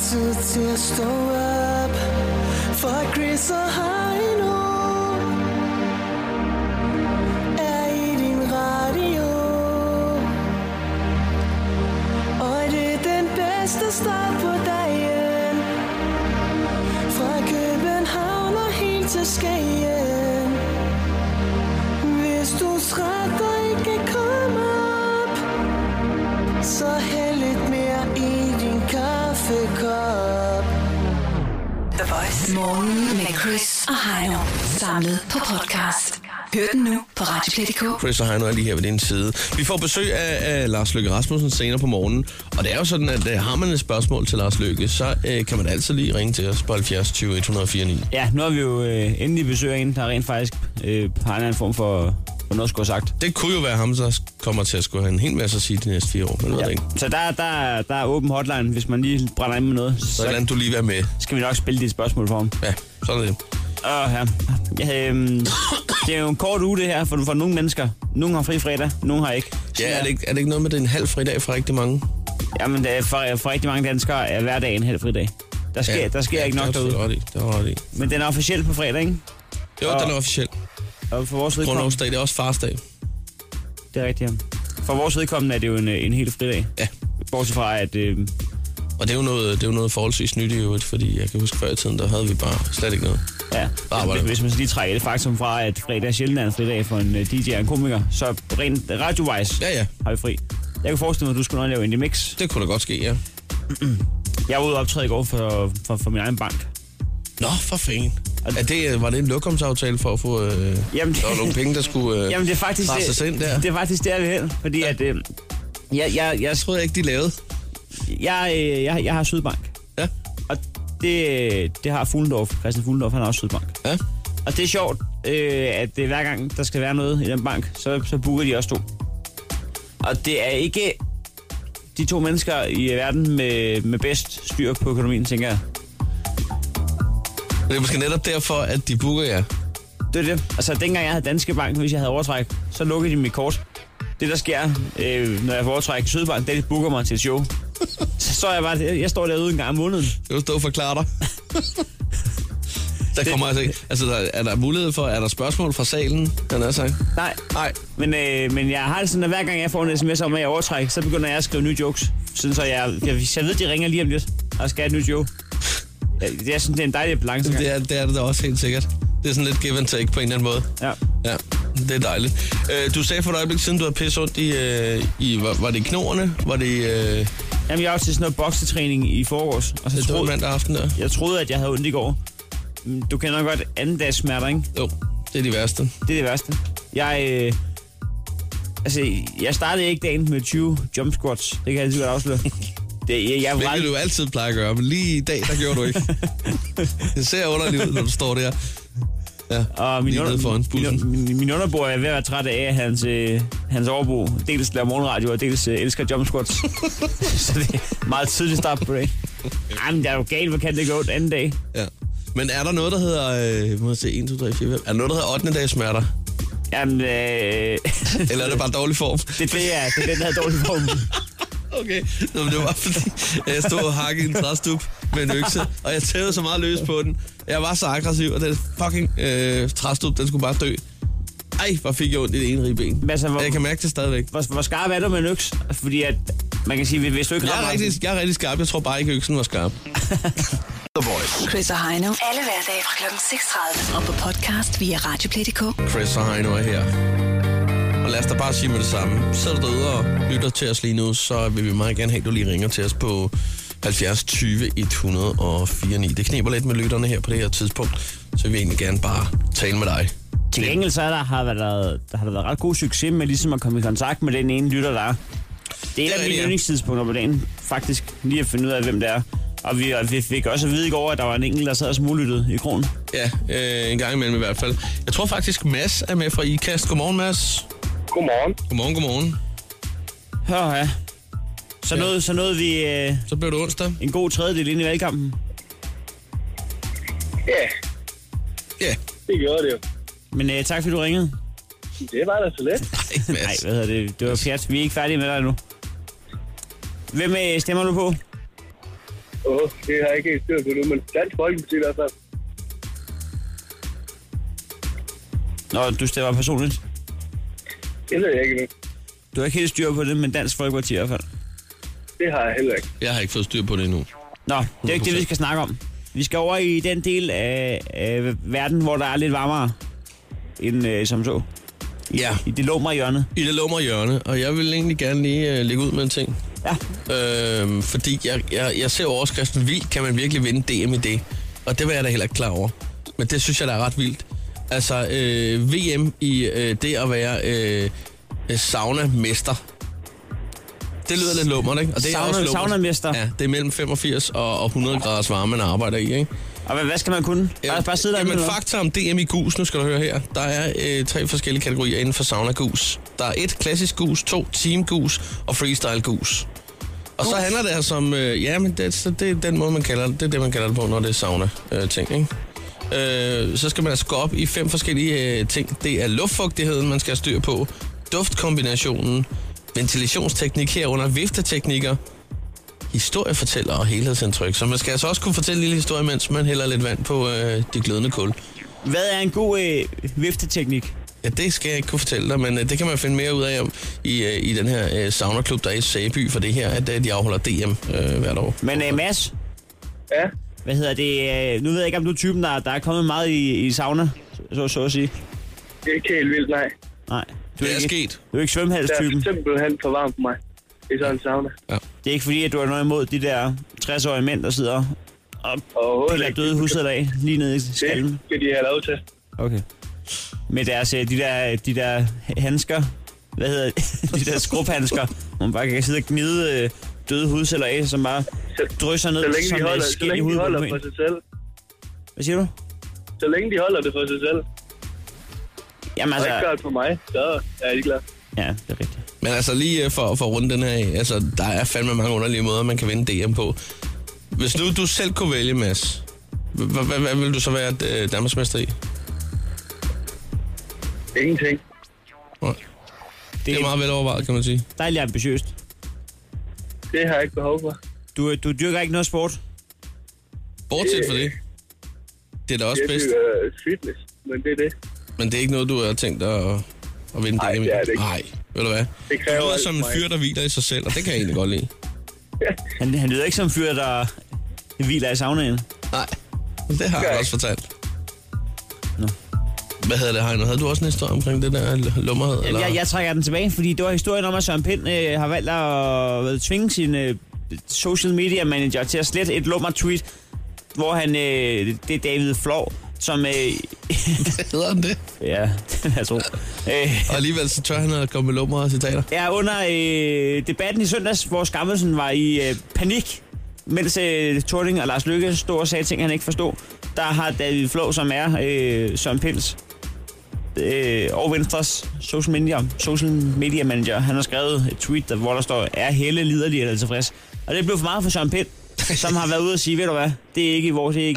tid til at stå op for Chris og Heino er i din radio. Og det er den bedste start på dagen. Fra København og helt til Skagen. Hvis du er træt og ikke kan komme op, så hæld lidt mere i din kaffekop. The Voice. Morgen med Chris og Heino. Samlet på podcast. Hør den nu på Radioplay.dk. Chris og Heino er lige her ved din side. Vi får besøg af Lars Løkke Rasmussen senere på morgenen. Og det er jo sådan, at har man et spørgsmål til Lars Løkke, så kan man altid lige ringe til os på 70 20 104 9. Ja, nu har vi jo endelig besøg af en, der rent faktisk har en anden form for noget skulle have sagt. Det kunne jo være ham, der kommer til at skulle have en hel masse at sige de næste 4 år. Men ja. Så der er åben hotline, hvis man lige brænder ind med noget. Så lader du lige være med. Skal vi nok spille dit spørgsmål for ham. Ja, sådan er det. Ja. Det er jo en kort uge det her for nogle mennesker. Nogle har fri fredag, nogle har ikke. Ja, er det ikke noget med, det er en halv fridag for rigtig mange? Jamen, for rigtig mange danskere er hver dag en halv fridag. Der sker ikke nok derude. Det er ret i. Men den er officielt på fredag, ikke? Jo, den er officielt. Og for vores vedkommende... Grundlovsdag, det er også farsdag. Det er rigtigt, ja. For vores vedkommende er det jo en helt fridag. Ja. Bortset fra, at... Og det er jo noget forholdsvis nyt i øvrigt, fordi jeg kan huske før i tiden, der havde vi bare slet ikke noget. Ja, hvis man lige trækker det faktum fra, at fredag sjældent er en fridag for en DJ og en komiker, så rent radio-wise har vi fri. Jeg kan forestille mig, at du skulle nok lave en mix. Det kunne da godt ske, ja. Jeg var ude og optræde i går for min egen bank. Nå, for fanden. Var det en lokumsaftale for at få der var nogle penge, der skulle jamen, det er faktisk ind der? Det er faktisk der, vi er hen, fordi at... Jeg troede ikke, de lavede. Jeg har Sydbank. Ja. Og det har Fuglendorf. Christian Fuglendorf, han har også Sydbank. Ja. Og det er sjovt, at hver gang der skal være noget i den bank, så booker de også 2. Og det er ikke de 2 mennesker i verden med bedst styr på økonomien, tænker jeg. Det er måske netop derfor, at de booker jer. Det er det. Altså, dengang jeg havde Danske Bank, hvis jeg havde overtræk, så lukkede de mit kort. Det, der sker, når jeg får overtræk i Sydbank, det er, de booker mig til et show. Så står jeg bare, jeg står derude en gang om måneden. Det vil stå og forklare dig. Der kommer altså, er der mulighed for, er der spørgsmål fra salen, den er sagt? Nej. Men jeg har det sådan, at hver gang jeg får en sms om, at jeg overtræk, så begynder jeg at skrive nye jokes. Sådan så jeg ved, de ringer lige om lidt, og skal have et nyt show. Det er sådan, det er en dejlig balance. Det er det da også helt sikkert. Det er sådan lidt give and take på en eller anden måde. Ja, det er dejligt. Du sagde for et øjeblik siden, du havde pisset ondt i var det i knoerne? Var det Jamen, jeg var til sådan noget boksetræning i forgårs. Og så det var mandag aften der. Jeg troede, at jeg havde ondt i går. Du kender godt andendags smerter, ikke? Jo, det er de værste. Det er det værste. Jeg startede ikke dagen med 20 jump squats. Det kan jeg altid godt afsløre. Hvilket du altid plejer at gøre, men lige i dag, der gjorde du ikke. Det ser underligt ud, når du står der. Ja, og min underbord er ved at være træt af, hans overbo dels laver morgenradio og dels elsker jump squats. Så det er meget tidligt start på det. Jamen, det er jo galt, hvor kan det gå anden dag? Ja. Men er der noget, der hedder... må jeg se, 1, 2, 3, 4, 5. Er der noget, der hedder 8. dags smerter? Jamen, eller er det bare dårlig form? Det er den, der har dårlig form. Okay, nå, men det var fordi, jeg stod og hakkede en træstup med en økse, og jeg tævede så meget løs på den. Jeg var så aggressiv, og den fucking træstup, den skulle bare dø. Ej, hvor fik jeg ondt i det ene ribben. Altså, jeg kan mærke det stadigvæk. Hvor skarp er du med en øks? Fordi at, man kan sige, hvis du ikke jeg er rigtig skarp. Jeg tror bare ikke, øksen var skarp. The Voice. Chris og Heino. Alle hverdage fra kl. 6:30. Og på podcast via Radioplay.dk. Chris og Heino er her. Og lad os da bare sige med det samme. Sidder du derude og lytter til os lige nu, så vil vi meget gerne have, at du lige ringer til os på 70 20 104 9. Det kniber lidt med lytterne her på det her tidspunkt, så vi vil egentlig gerne bare tale med dig. Til gengæld så har der været ret god succes med ligesom at komme i kontakt med den ene lytter, der er. Det er et af mine yndlingstidspunkter på dagen, faktisk, lige at finde ud af, hvem det er. Og vi fik også at vide i går, at der var en enkelt, der sad og smuglyttede i kronen. Ja, en gang imellem i hvert fald. Jeg tror faktisk, Mads er med fra IKAST. Godmorgen, Mads. Godmorgen. Hør her. Så nåede vi... så blev det onsdag. En god tredjedel ind i valgkampen. Ja, det gjorde det jo. Men tak fordi du ringede. Det var da så let. Nej, hvad hedder det? Det var pjat. Vi er ikke færdige med dig nu. Hvem stemmer du på? Det har jeg ikke helt styr på nu, men Dansk Folkeparti i hvert fald. Nå, du stemmer personligt? Det ved jeg ikke nu. Du har ikke helt styr på det, men Dansk Folkeparti i hvert fald. Det har jeg heller ikke. Jeg har ikke fået styr på det endnu. Nå, det er ikke det, vi skal snakke om. Vi skal over i den del af verden, hvor der er lidt varmere end som så. I det lumre hjørne. I det lumre hjørne, og jeg vil egentlig gerne lige lægge ud med en ting. Ja. Fordi jeg ser overskriften, vildt kan man virkelig vinde DM i det. Og det var jeg da heller ikke klar over. Men det synes jeg, der er ret vildt. Altså, VM i det at være sauna-mester. Det lyder lidt lummert, ikke? Og det er også sauna-mester? Ja, det er mellem 85 og 100 graders varme, man arbejder i, ikke? Og hvad skal man kunne? Bare sidde der? Men fakta om DM i gus, nu skal du høre her. Der er 3 forskellige kategorier inden for sauna-gus. Der er 1 klassisk gus, 2 team-gus og freestyle-gus. Og så handler det altså om, men det er den måde, man kalder det. Det er det, man kalder det på, når det er sauna-ting, ikke? Så skal man altså gå op i 5 forskellige ting. Det er luftfugtigheden, man skal have styr på, duftkombinationen, ventilationsteknik herunder, vifteteknikker, historiefortæller og helhedsindtryk. Så man skal altså også kunne fortælle en lille historie, mens man hælder lidt vand på det glødende kul. Hvad er en god vifteteknik? Ja, det skal jeg ikke kunne fortælle dig, men det kan man finde mere ud af i den her saunaklub, der er i Sæby, for det her, at de afholder DM hvert år. Men Mads? Ja? Hvad hedder det? Nu ved jeg ikke, om du er typen, der er kommet meget i sauna, så at sige. Det er ikke helt vildt, nej. Nej. Det er sket. Du er ikke svømmehalstypen. Det er simpelthen for varmt for mig. Det er sådan en sauna. Ja. Det er ikke fordi, at du har noget imod de der 60-årige mænd, der sidder og piller døde hudceller af lige nede i skallen. Det skal de have lov til. Okay. Med deres, de der handsker, hvad hedder de der skrubhandsker, hvor man bare kan sidde og gnide døde hudceller af, som bare drysser ned som skæld i hovedet. Så længe de holder for sig selv. Hvad siger du? Så længe de holder det for sig selv. Jamen altså... Det er ikke godt for mig, så er jeg glad. Ja, det er rigtigt. Men altså lige for at runde den her af, altså der er fandme mange underlige måder, man kan vinde DM på. Hvis nu du selv kunne vælge, Mads, hvad vil du så være danmarksmester i? Ingenting. Det er meget velovervejet, kan man sige. Dejligt ambitiøst. Det har jeg ikke behov for. Du dyrker ikke noget sport? Bortset for det. Det er da også bedst. Jeg dyrker fitness, men det er det. Men det er ikke noget, du har tænkt dig at vinde DM i? Nej, det er det ikke. Nej, ved du hvad? Det kræver du lyder som en fyr, der hviler i sig selv, og det kan jeg egentlig godt lide. Han lyder ikke som en fyr, der hviler i saunaen. Nej, det har jeg også fortalt. Nå. Hvad hedder det, Heino? Havde du også en historie omkring det der lummerhed? Eller? Jeg trækker den tilbage, fordi det var historien om, at Søren Pind har valgt at tvinge sin social media manager til at slette et lummer tweet, hvor han, det er David Flov, som... Hedder han det? Ja, jeg tror. Og alligevel så tør han at komme med lummer og citater. Ja, under debatten i søndags, hvor Skammelsen var i panik, mens Thorning og Lars Løkke stod og sagde ting, han ikke forstod, der har David Flov, som er Søren Pinds og Venstres social media manager, han har skrevet et tweet, hvor der står, er Helle liderlig eller tilfreds? Og det blev for meget for Søren Pind, som har været ude og sige, ved du hvad, det er ikke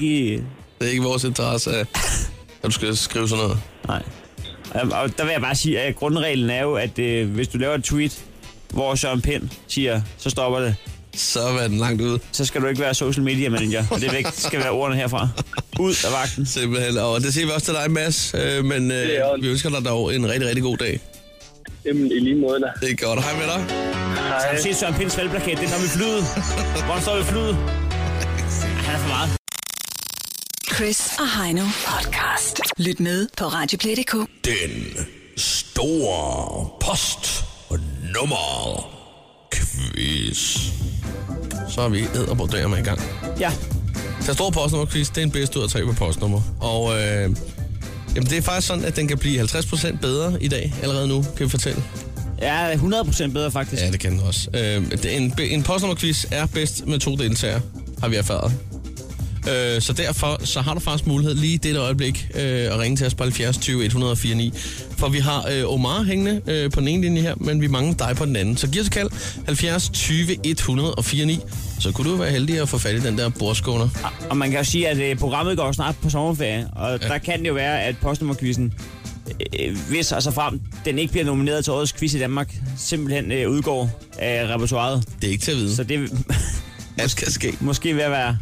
i vores interesse, at du skal skrive sådan noget. Nej. Og der vil jeg bare sige, at grundreglen er jo, at hvis du laver et tweet, hvor Søren Pind siger, så stopper det. Så er den langt ude. Så skal du ikke være social media manager. Og det skal være ordene herfra. Ud af vagten. Simpelthen. Og det siger vi også til dig, Mads. Men vi ønsker dig dog en rigtig, rigtig god dag. Jamen, i lige måde da. Det er godt. Hej med dig. Hej. Skal du se Søren Pinds valgplakat? Det er når vi flyder. Hvor står vi flyder? Han er for meget. Chris og Heino podcast. Lyt med på radioplay.dk. Den store post og nummer quiz. Så er vi edderbordører med i gang. Ja. Den store postnummer-quiz, det er en bedst ud af 3 på postnummer. Og jamen, det er faktisk sådan, at den kan blive 50% bedre i dag, allerede nu, kan vi fortælle. Ja, 100% bedre faktisk. Ja, det kan den også. En postnummer-quiz er bedst med 2 deltagere, har vi erfaret. Så derfor så har du faktisk mulighed lige i dette øjeblik at ringe til os på 70 20 104 9. For vi har Omar hængende på den ene linje her, men vi mangler dig på den anden. Så giv os et kald 70 20 104 9. Så kunne du være heldig at få fat i den der bordskåner. Og man kan jo sige, at programmet går snart på sommerferie, og der kan det jo være, at postnummerquizzen, hvis og så frem den ikke bliver nomineret til årets quiz i Danmark, simpelthen udgår af repertoiret. Det er ikke til at vide. Så det... Alt kan ske. Måske ved at være...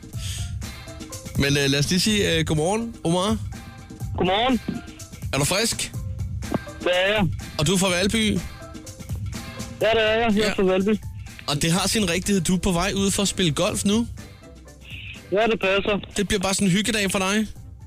Men lad os lige sige godmorgen, Omar. Godmorgen. Er du frisk? Det er jeg. Og du er fra Valby? Ja, det er jeg. Jeg er fra Valby. Og det har sin rigtighed. Du er på vej ud for at spille golf nu? Ja, det passer. Det bliver bare sådan en hyggedag for dig?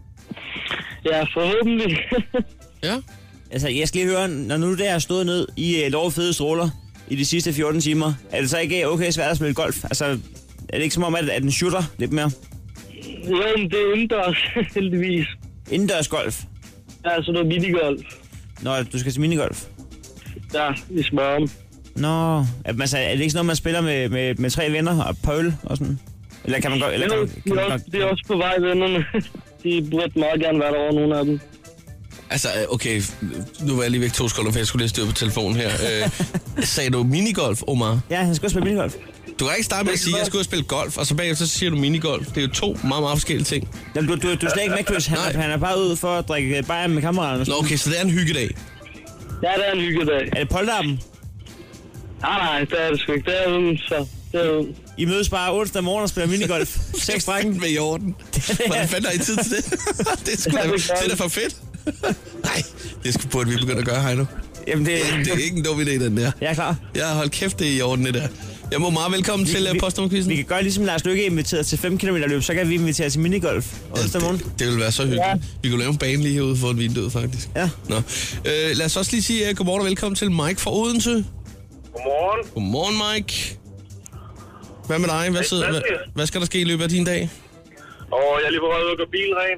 Ja, forhåbentlig. Ja. Altså, jeg skal lige høre, når nu det har stået ned i lovfede stråler i de sidste 14 timer, er det så ikke okay svært at spille golf? Altså, er det ikke som om, at den shooter lidt mere? Jo, det er indendørs, heldigvis. Indendørs golf? Ja, så det er minigolf. Nå, du skal til minigolf? Ja, i Smørum. Nå, altså, er det ikke sådan noget, man spiller med 3 venner og pøl og sådan? Eller kan man godt... Det er også på vej, vennerne. De burde meget gerne være derovre, nogle af dem. Altså, okay, nu var jeg lige væk 2 sekunder, for jeg skulle lige styre på telefonen her. Sagde du minigolf, Omar? Ja, han skal spille minigolf. Du kan ikke starte med at sige, at jeg skulle spille golf, og så bagefter så siger du minigolf. Det er jo 2 meget, meget forskellige ting. Jamen, du er slet ikke med, Chris. Han er bare ude for at drikke bajer med kammeraterne. Nå, okay, så det er en hyggedag. Ja, det er en hyggedag. Er det polterappen? Nej, det er det sgu ikke. Det er uden, så det er uden. I mødes bare onsdag morgen og spiller minigolf. 6 drenge. Med i orden. Hvordan fanden har I tid til det? Det er sgu da, det er da for fedt. Nej, det skal burde vi begynde at gøre, Heino. Jamen, det er ikke en dum idé, den der. Jeg er klar. Jeg har holdt kæft, det er i orden, det der. Jeg må meget velkommen til postnummerquizzen. Vi kan gøre ligesom Lars Løkke inviteret til 5 km løb, så kan vi invitere til minigolf onsdag morgen. Det vil være så hyggeligt. Ja. Vi kunne lave en bane lige herude for et vindue, faktisk. Ja. Nå. Lad os også lige sige godmorgen og velkommen til Mike fra Odense. Godmorgen. Godmorgen, Mike. Hvad med dig? Hvad skal der ske i løbet af din dag? Jeg er lige på vej ud og gøre bilen ren.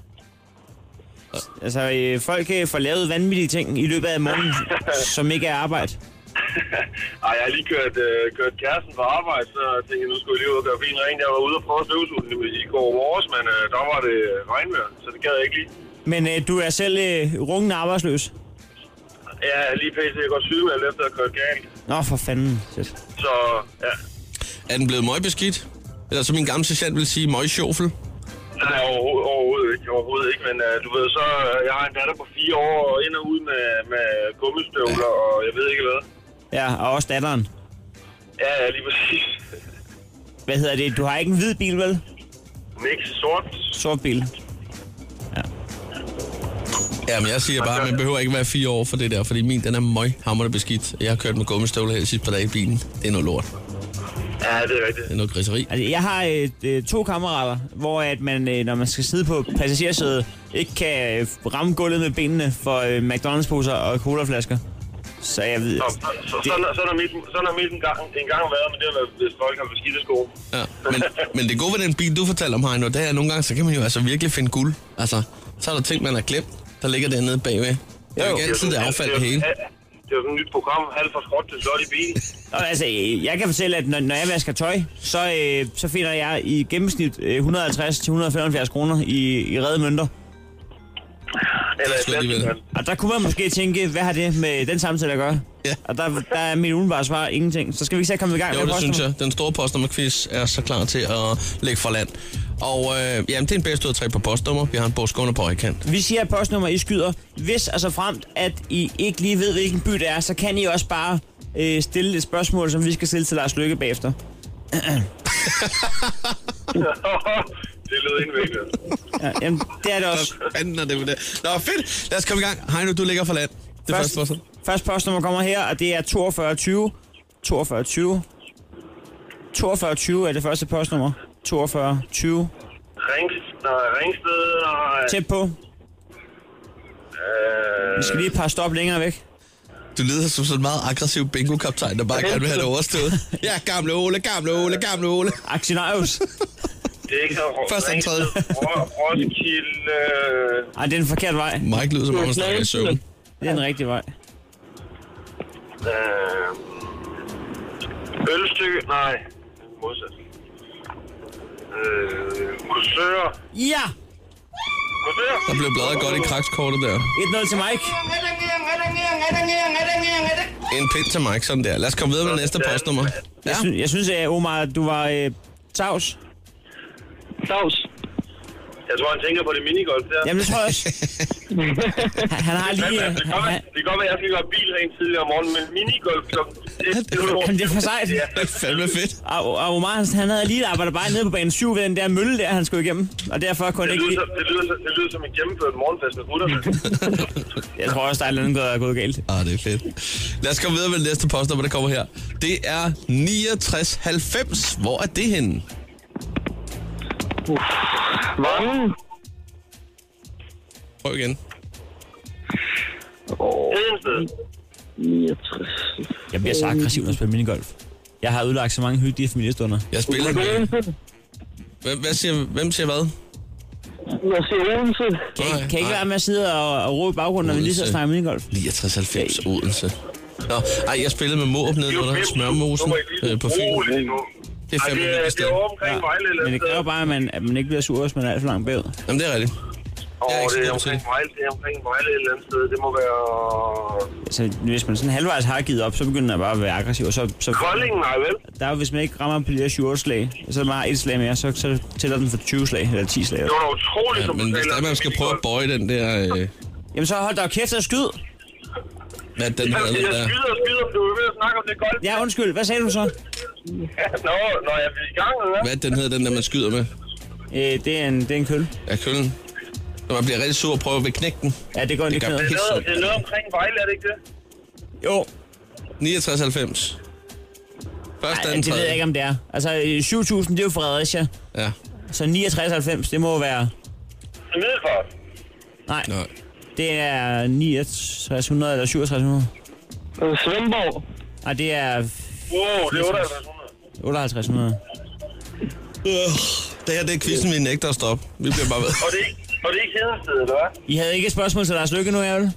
Altså, folk får lavet vanvittige ting i løbet af morgenen, som ikke er arbejde. Ej, jeg har lige kørt kæresten på arbejde, så jeg tænkte, nu skulle jeg lige ud og gøre bilen ren. Jeg var ude og prøve støvsugen i går morges, men der var det regnvejr, så det gad jeg ikke lige. Men du er selv rungende arbejdsløs? Ja, lige pt. Jeg går sygemeldt efter at have kørt galt. Nå, for fanden. Så, ja. Er den blevet møgbeskidt? Eller som min gamle sergeant vil sige, møgsjofel? Nej, overhovedet ikke, men du ved så, jeg har en datter på 4 år og ind og ud med gummistøvler, og jeg ved ikke hvad. Ja, og også datteren. Ja, lige præcis. Hvad hedder det? Du har ikke en hvid bil, vel? Mix sort. Sort bil. Ja. Jamen, jeg siger bare, at man behøver ikke være 4 år for det der, fordi min, den er møghamrende beskidt. Jeg har kørt med gummistøvler her de sidste par dage i bilen. Det er noget lort. Ja, det er rigtigt. Det er noget griseri. Altså, jeg har 2 kammerater, hvor at man, når man skal sidde på passagersædet, ikke kan ramme gulvet med benene for McDonald's-poser og colaflasker. Så jeg ved... Så er mit en gang været, men det er, hvis folk har beskidte sko. Ja, men det gode ved den bil, du fortalte om, Heino, det er, at nogle gange, så kan man jo altså virkelig finde guld. Altså, så er der ting, man har glemt, der ligger dernede bagved. Det er jo ikke altid det affald det hele. Det er jo sådan et nyt program, halv for skråt til slot i bilen. Altså, jeg kan fortælle, at når jeg vasker tøj, så finder jeg i gennemsnit 150-175 kroner i redde mønter. Og der kunne man måske tænke, hvad har det med den samtale at gøre? Ja. Og der er mit umiddelbare svar ingenting. Så skal vi ikke se komme i gang med postnummer? Jo, det synes jeg. Den store postnummerquiz er så klar til at lægge for land. Og jamen, det er en bedst ud af 3 på postnummer. Vi har en bogskående på højkant. Vi siger postnummer, I skyder. Hvis altså fremt, at I ikke lige ved, hvilken by det er, så kan I også bare stille et spørgsmål, som vi skal stille til Lars Løkke bagefter. Det lyder indviklet. Ja, jamen, det er det også. Nå, fedt. Lad os komme i gang. Heino, du ligger for land. Det første postnummer kommer her, og det er 4220. 4220. 4220 er det første postnummer. 4220. Ringsted og... Tæt på. Vi skal lige et par stop længere væk. Du lyder som sådan en meget aggressiv bingo-kaptajn, der bare gerne vil have det overstået. Ja, gamle Ole. Det Aktionarius. er ikke så først og tredje. Roskilde... Ej, det er den forkerte vej. Mike lyder som om, han snakker i søvn. Det er den rigtige vej. Ølstykke... Nej. Modsat. Kursør. Ja! Der blev bladret godt i krakskortet der. 1-0 til Mike. En pind til Mike, sådan der. Lad os komme videre med næste postnummer. Ja. Jeg synes, Omar, du var tavs. Jeg tror, han tænker på det minigolf der. Jamen, det tror jeg også. Han har lige... Det kan godt være, at jeg skal gøre bil rent tidligere om morgenen, men minigolf... Jamen, det er for sejt. Det er fandme fedt. Og Omar, han havde lige arbejdet bare nede på bane 7 ved den der mølle der, han skulle igennem. Og derfor kunne det ikke... Det lyder som en gennemført morgenfest med gutterne. Jeg tror også, der er noget, der er gået galt. Det er fedt. Lad os komme videre med det næste postnummer, der kommer her. Det er 6990. Hvor er det henne? Mange. Prøv igen. Hedensted. 69. Jeg bliver så aggressiv, når jeg spiller minigolf. Jeg har udlagt så mange hyggelige familiestunder. Jeg spiller ikke. Hvem siger hvad? Jeg siger Odense. Kan I ikke være med at sidde og råbe i baggrunden, når vi lige så snakker minigolf? 6990 Odense. Jeg spillede med Måb nede under Smørmosen på Fyn. Det er fandme det er omkring Vejle. Men det kræver bare, at man ikke bliver sur, hvis man er alt for langt bagud. Jamen, det er rigtigt. Det er omkring Vejle et eller andet sted. Det må være... Altså, hvis man sådan halvvejs har givet op, så begynder man bare at være aggressiv. Så Kolding, nej vel? Der er jo, hvis man ikke rammer på de der 7-8 slag, så er der bare et slag mere, så tæller den for 20 slag, eller 10 slag. Det var utroligt, som men hvis der man skal prøve at bøje den der... Jamen, så hold da kæft og skyd. Hvad den her? Jeg skyder, du er ved at snakke om det golf. Ja, undskyld. Hvad sagde du så? Nå, jeg er i gang, eller hvad? Hvad den der man skyder med? Det er en køl. Ja, køllen. Når man bliver rigtig sur og prøver ved knække den. Ja, det går ikke noget. Det er noget omkring Vejle, er det ikke det? Jo. 6990. Første, anden, det ved jeg ikke, om det er. Altså, 7.000, det er jo Fredericia. Ja. Så 69,90, det må være... Middelfart? Nej. Det er 6900 eller 6700. Svendborg? Nej, det er... Wow, det er 5800. Det her, det er quizzen, vi nægter at stoppe. Vi bliver bare ved. Og det er ikke Hedensted, eller hvad? I havde ikke et spørgsmål til Lars Løkke nu, jeg vil?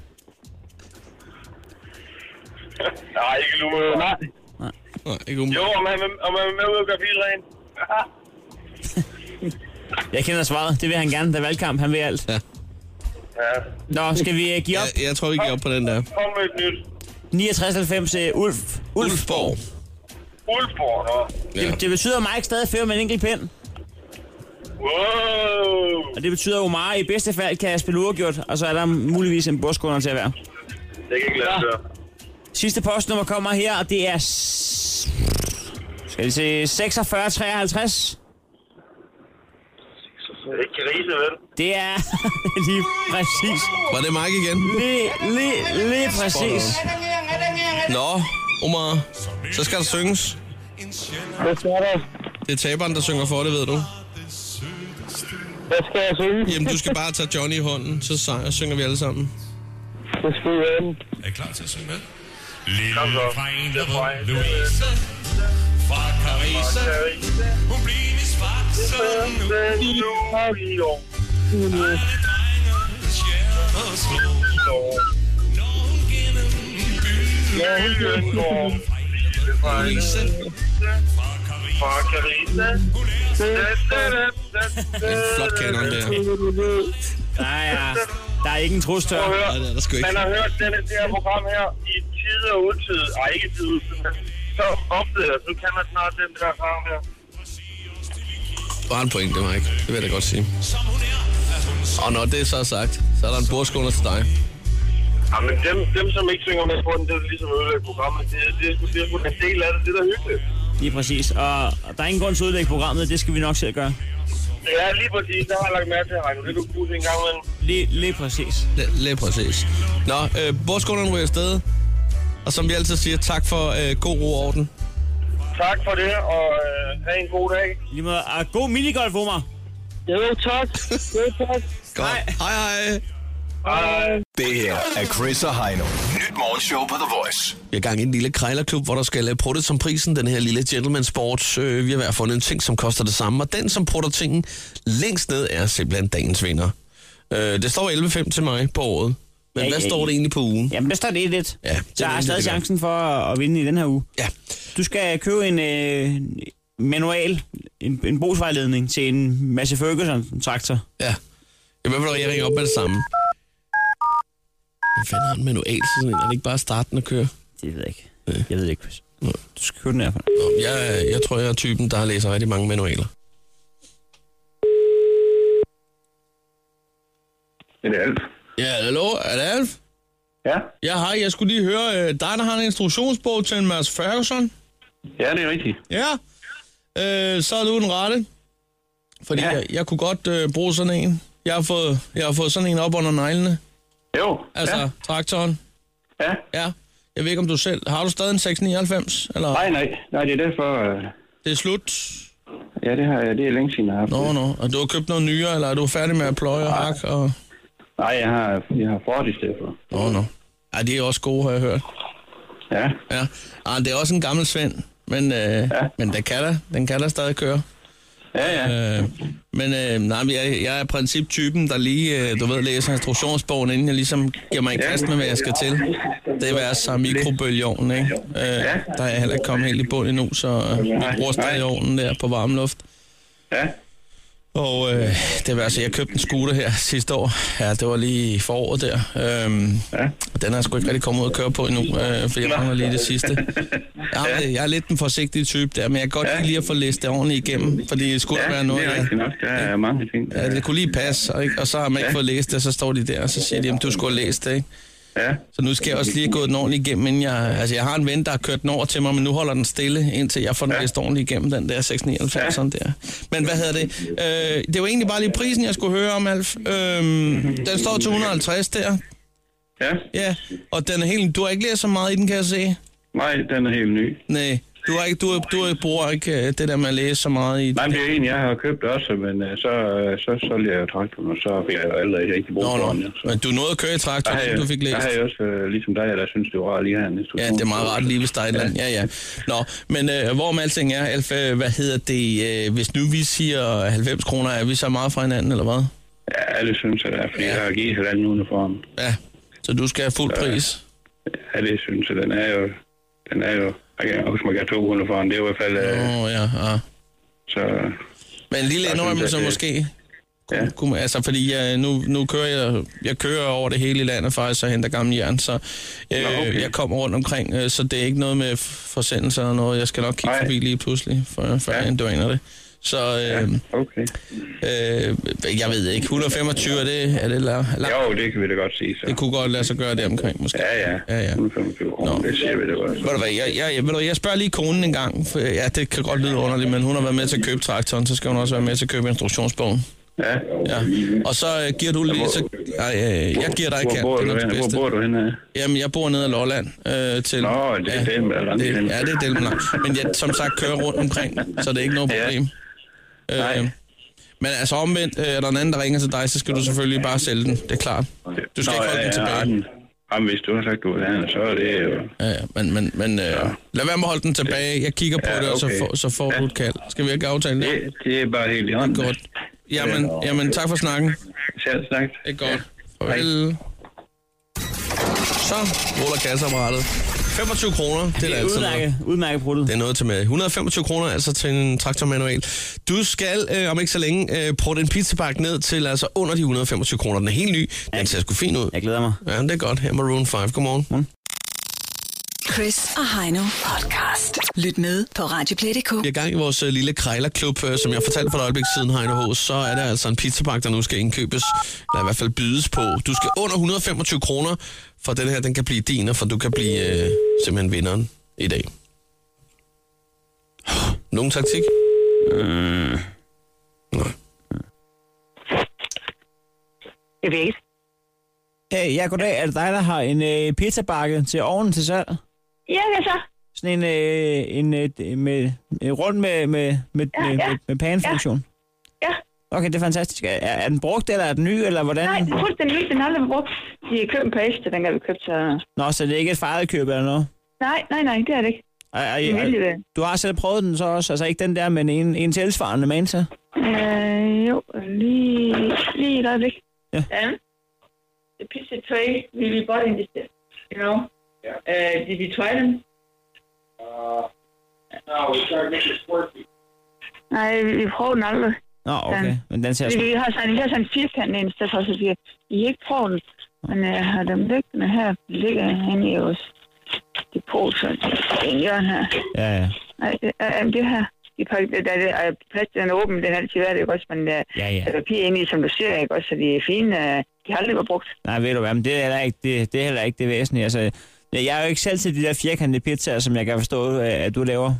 Nej, ikke nu. Nej, ikke umiddelbart. Jo, om man er med ud og gøre bil rent. Jeg kender svaret. Det vil han gerne. Der er valgkamp. Han vil alt. Ja. Nå, skal vi give op? Jeg tror, vi giver op på den der. Kom med et nyt. 69,90 Ulfborg. Ulfborg, nå. Ja. Det betyder, at Mike stadig fører med en enkelt pind. Wow. Og det betyder, at Omar i bedste fald kan spille uafgjort, og så er der muligvis en bordskåner til at være. Det kan ikke lade sig. Sidste postnummer kommer her, og det er... Skal vi se... 4653. Det er ikke grise, vel? Det er lige præcis. Var det Mike igen? Lige præcis. Nå, Omar. Så skal der synges. Hvad skal der? Det er taberen, der synger for det, ved du. Hvad skal jeg synge? Jamen, du skal bare tage Johnny i hånden, så synger vi alle sammen. Det skal jeg. Er I klar til at synge med? Lille fregne Louise fra Carisse. Hun bliver i svartsen nu. Alle drenge skjern og slå. Når hun gennem byen går. Louise. Fra Carisse. En flot kanon der. Der er ikke en trostør. Man har hørt det her program her i tid og udtid. Ej, ikke tid og udtid, men så ofte, så kan man snart den der program her. Bare en pointe, Mike. Det vil jeg da godt sige. Og når det er så sagt, så er der en bordskåner til dig. Ja, men dem som ikke synger med på den, det er ligesom ødelægge programmet. Det er sgu en del af det, det der er hyggeligt. Lige præcis. Og der er ingen grund til at udlægge programmet, det skal vi nok selv gøre. Ja, lige præcis. Der har jeg lagt mærke til, Heino. Det du kunne bruge en gang med. Lige præcis. Lige præcis. Nå, bordskåneren ryger afsted. Og som vi altid siger, tak for god ro og orden. Tak for det, og have en god dag. Lige måde. Og god minigolf, Omar. Jo, tak. Jo, tak. Godt. Hej. Hej. Det her er Chris og Heino. Nyt morgenshow på The Voice. Vi er gang i en lille krejlerklub, hvor der skal prutte som prisen. Den her lille gentleman sport. Vi har været fundet en ting, som koster det samme. Og den, som prutter tingen længst ned, er simpelthen dagens vinder. Det står 11,5 til mig på året. Men hvad står det egentlig på ugen? Jamen, der står det lidt. Ja, der er stadig chancen for at vinde i den her uge. Ja. Du skal købe en manual, en brugsvejledning til en Massey Ferguson-traktor. Ja. Jeg ringer op med det samme. Hvad fanden har en manual sådan en? Er det ikke bare starten at køre? Det ved jeg ikke. Jeg ved ikke, Chris. Du skal købe den herfra. Jeg tror, jeg er typen, der læser rigtig mange manualer. Det er Alf. Ja, hallo, er det Alf? Ja. Ja, hej, jeg skulle lige høre, dig der har en instruktionsbog til en Mads Ferguson. Ja, det er rigtigt. Ja, så er du den rette. Fordi jeg kunne godt bruge sådan en. Jeg har fået sådan en op under neglene. Jo, Altså, traktoren. Ja. Ja, jeg ved ikke, om du selv... Har du stadig en 699? Eller? Nej, det er derfor... Det er slut. Ja, det er længe siden, jeg har haft. Nå. Og du har købt noget nyere, eller er du færdig med at pløje og hakke? Og... Nej, jeg har Ford i stedet for. Nå. Ja, de er også gode, har jeg hørt. Ja. Ja. Det er også en gammel Svend, men den kan da stadig køre. Ja. Men jeg er principtypen, der lige, læser instruktionsbogen, inden jeg ligesom giver mig i kast med, hvad jeg skal til. Det vil altså mikrobølgeovnen, ikke? Der er jeg heller ikke kommet helt i bund endnu, så vi bruger stadig ovnen der på varm luft. Ja. Og det var altså, jeg købte en scooter her sidste år. Ja, det var lige i foråret der. Den har sgu ikke rigtig kommet ud at køre på endnu, for jeg mangler lige det sidste. Jeg er lidt en forsigtig type der, men jeg kan godt lige at få læst det ordentligt igennem, fordi det skulle være noget. Det er rigtigt nok. Der er mange ting. Ja, det kunne lige passe, og så har man ikke fået læst det, så står de der, og så siger de, at du skulle have læst det, ikke? Ja. Så nu skal jeg også lige have gået den ordentligt igennem, inden jeg har en ven, der har kørt den over til mig, men nu holder den stille, indtil jeg får den læst ordentligt igennem, den der 699 sådan der. Men hvad hedder det? Det var egentlig bare lige prisen, jeg skulle høre om, Alf. Den står til 150 der. Ja. Ja, og den er helt... Du har ikke læst så meget i den, kan jeg se. Nej, den er helt ny. Nej, du bruger ikke det der med at læse så meget i den. Nej, det er en, jeg har købt også, men så solgte jeg jo traktoren, og så fik jeg jo aldrig rigtig brug for den. Men du nåede at køre i traktoren, inden du fik læst? Der har jeg også, ligesom dig, der synes, det var rart lige her en instruktion. Ja, det er meget rart lige hvis der er et eller andet. Ja. Nå, men hvorom alting er, Alf, hvad hedder det, hvis nu vi siger 90 kroner, er vi så meget fra hinanden, eller hvad? Ja, det synes jeg da, fordi jeg har givet halvanden uniform. Ja, så du skal have fuld pris? Ja, det synes jeg, den er jo jeg kan huske, man kan 200 for den. Det er i hvert fald... ja. Så... Men en lille indrømmelse måske? Ja. Altså, fordi nu kører jeg kører over det hele i landet faktisk og henter gamle jern, så jeg kommer rundt omkring, så det er ikke noget med forsendelser eller noget. Jeg skal nok kigge forbi lige pludselig, før jeg endnu aner det. Så okay. Jeg ved ikke, 125 er det langt? Jo, det kan vi da godt sige så. Det kunne godt lade sig gøre det omkring måske. Ja. 125 kroner, det siger vi da godt. Ved du hvad, jeg spørger lige konen en gang, for det kan godt lyde underligt, men hun har været med til at købe traktoren, så skal hun også være med til at købe instruktionsbogen. Ja. Og så giver du lige... jeg giver dig kant. Hvor bor du henne? Jamen, jeg bor nede af Lolland. Nå, det er Delmland. Ja, det er Delmland. Men jeg som sagt kører rundt omkring, så det er ikke noget problem. Men altså omvendt, er der en anden, der ringer til dig, så skal du selvfølgelig bare sælge den. Det er klart. Du skal ikke holde den tilbage. Jamen, hvis du har sagt, du vil have den, så er det jo... Ja, men lad være med at holde den tilbage. Jeg kigger på det, og så får du et kald. Skal vi ikke aftale det? Det er bare helt i hånden. Godt. Jamen, tak for snakken. Selv tak. Det er godt. Farvel. Så ruller kasseapparatet. 25 kroner, det er altså udmærket bruttet. Det er noget til med. 125 kroner altså til en traktormanual. Du skal om ikke så længe prøve en pizzapakke ned til altså under de 125 kroner. Den er helt ny. Den ser sgu fin ud. Jeg glæder mig. Ja, det er godt. Her Maroon 5. Godmorgen. Chris og Heino podcast. Lyt med på Radioplay.dk. Vi er i gang i vores lille krejlerklub, som jeg fortalte for et øjeblik siden, Heino H. Så er der altså en pizzapakke, der nu skal indkøbes. Eller i hvert fald bydes på. Du skal under 125 kroner, for den her, den kan blive din, og for du kan blive simpelthen vinderen i dag. Nogen taktik? Nej. Jeg ved ikke. Hey, ja, goddag. Er det dig, der har en pizzabakke til ovnen til salg? Ja, hvad så? Sådan en rundt med panfunktion? Ja. Okay, det er fantastisk. Er den brugt, eller er den ny, eller hvordan? Nej, det er fuldstændig ny. Den har aldrig brugt. De købte en par ekstra, dengang vi købte så... Nå, så det er ikke et fejret eller noget? Nej, det er det ikke. Du har selv prøvet den så også? Altså ikke den der, men en tilsvarende Manta? Jo, lige et øjeblik. Ja. The pizza tray we bought in this, you know. Did you try them? No, we started making squirty. Nej, vi prøvede den aldrig. Nå, okay. Men den ser vi har sådan en firkant ind, i stedet for, så siger vi ikke prøvet den. Men jeg har dem liggende her. De ligger henne i vores depot, så det er en hjørne her. Ja. Nej, det her. Plasten er åben, den er altid været, ikke også? Men der er papir inde i, som du ser, ikke også? Så de er fine. De har aldrig været brugt. Nej, ved du hvad, men det er heller ikke det væsentlige. Altså, jeg er jo ikke selv til de der firkantede pizzaer, som jeg kan forstå, at du laver.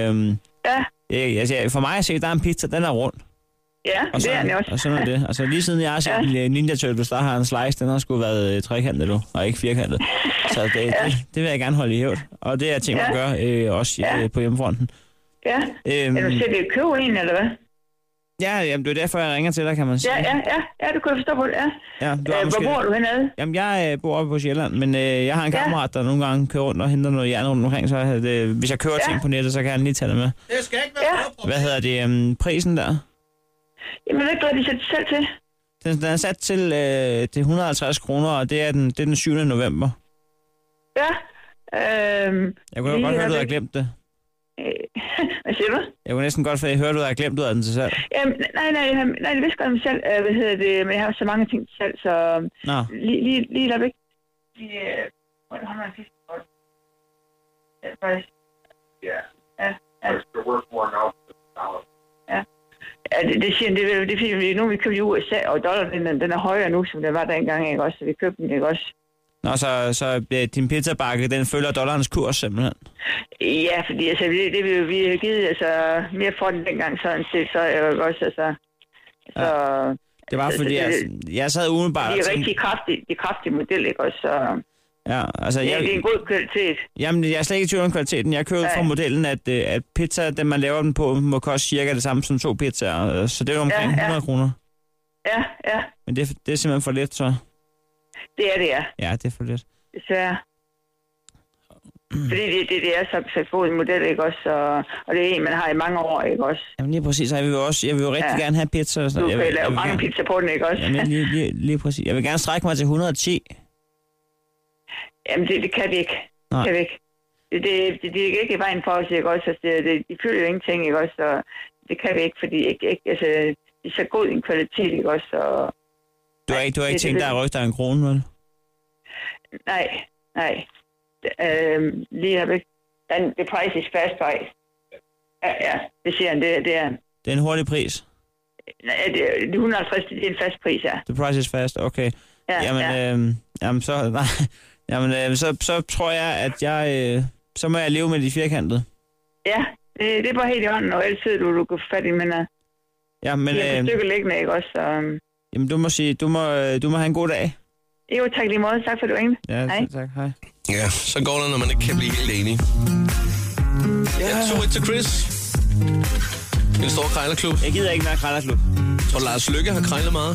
For mig at se, der er en pizza, den er rund. Ja, og det er den også. Og sådan er det. Altså lige siden jeg har set Ninja Turtles, der har en slice, den har sgu været trekantet nu, og ikke firkantet. Så det vil jeg gerne holde i hævd. Og det er jeg tænkt at gøre også på hjemmefronten. Ja. Er du selv i købe en, eller hvad? Ja, jamen, det er derfor, jeg ringer til dig, kan man sige. Ja, du kan forstå på det, ja. Hvor bor du hernede? Jamen, jeg bor oppe på Sjælland, men jeg har en kammerat, der nogle gange kører rundt og henter noget jern rundt omkring, så hvis jeg kører ting på nettet, så kan han lige tage det med. Det skal ikke være Hvad hedder det, prisen der? Jamen, hvad gør de sat selv til? Den er sat til 150 kroner, og det er den 7. november. Ja. Jeg kunne godt høre, du har glemt det. Hvad siger du? Jeg kunne næsten godt høre, du har glemt, du havde den til salg. Jamen, nej, det vidste godt om selv, men jeg har så mange ting til salg, så lige der væk. Ja, det siger det er fordi, nu vi købte i USA, og dollaren, den er højere nu, som den var dengang, ikke også? Så vi købte den, ikke også? Nå, så din pizzabakke, den følger dollarens kurs simpelthen? Ja, fordi altså, vi har givet altså, mere for den dengang, sådan set, så er jo også, altså... Så, det var fordi, jeg sad umiddelbart... Det er rigtig kraftig model, ikke også? Så, ja, altså... Det er en god kvalitet. Jamen, jeg er slet ikke i tvivl om kvaliteten. Jeg kører ud fra modellen, at pizza, den man laver den på, må koste cirka det samme som 2 pizzaer. Så det er omkring 100 kroner. Ja. Men det er simpelthen for lidt, så... Det er det, ja. Ja, det er for lidt. Desværre. Fordi det er så god en model, ikke også? Og det er en, man har i mange år, ikke også? Jamen lige præcis. Jeg vil jo rigtig gerne have pizza. Du kan lave mange pizza på den, ikke også? Jamen lige præcis. Jeg vil gerne strække mig til 110. Jamen det kan vi ikke. Nej. Kan vi ikke. Det er ikke i vejen for os, ikke også? Altså, de føler jo ingenting, ikke også? Så det kan vi ikke, fordi ikke altså, det er så god en kvalitet, ikke også? Og du har ikke tænkt dig at rykke dig en krone, vel? Nej. Lige har vi ikke. The price is fast price. Ja, det siger han, det er. Det er en hurtig pris? Nej, det er 150, det er en fast pris, ja. The price is fast, okay. Ja, jamen, så tror jeg, at så må jeg leve med de firkantede. Ja, det er bare helt i hånden, og altid du kan få fat i, men ja, men det er et stykke liggende, ikke også? Jamen, du må have en god dag. Jo, tak lige måde. Tak for du ringede. Ja, hej. Tak. Hej. Ja, så går det, når man ikke kan blive helt enig. Ja, 2-1 til Chris. En stor krejlerklub. Jeg gider ikke mere krejlerklub. Tror Lars Løkke har krejlet meget?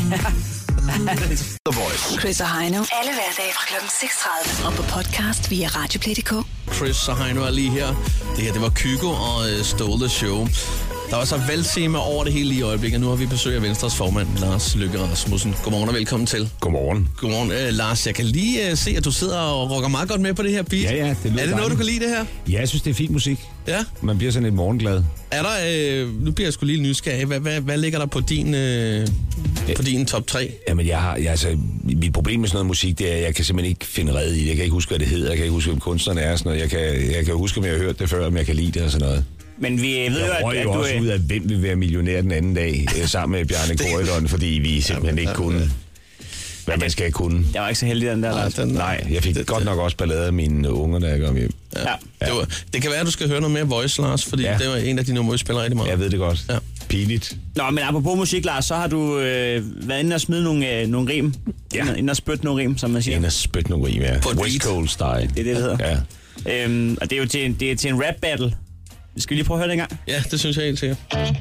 The Voice. Chris og Heino. Alle hverdage fra kl. 6:30. Og på podcast via Radioplay.dk. Chris og Heino er lige her. Det her, det var Kygo og Stole the Show. Der var så valgtema over det hele i øjeblikket. Nu har vi besøg af Venstres formand, Lars Løkke Rasmussen. Godmorgen og velkommen til. Godmorgen. Godmorgen. Lars, jeg kan lige se, at du sidder og rocker meget godt med på det her beat. Ja, det lyder. Er det noget, du kan lide det her? Ja, jeg synes, det er fin musik. Ja? Man bliver sådan lidt morgenglad. Er der, nu bliver jeg sgu lige nysgerrig. Hvad ligger der på din top 3? Jamen, mit problem med sådan noget musik, det er, at jeg kan simpelthen ikke finde red i det. Jeg kan ikke huske, hvad det hedder. Jeg kan ikke huske, hvem kunstneren er. Sådan noget. Jeg kan huske, om jeg har hørt det før, om jeg kan lide det og sådan noget. Men vi ved jeg røg jo også ud af, hvem vil være millionær den anden dag, sammen med Bjarne Corydon, fordi vi simpelthen ikke kunne, hvad man skal kunne. Jeg var ikke så heldig den der. Nej, jeg fik godt nok også ballade af mine unger, da jeg kom hjem. Ja. Det kan være, at du skal høre noget mere Voice, Lars, fordi det var en af de numre, vi spiller rigtig meget. Jeg ved det godt. Ja. Pinligt. Nå, men apropos musik, Lars, så har du været inde og smide nogle rim. Ja. Inde og spytte nogle rim, som man siger. Inde og spytte nogle rim, ja. West Coast style. Det er det hedder. Ja. Og det er jo til en rap battle. Skal vi lige prøve at høre det en gang? Ja, det synes jeg helt sikkert.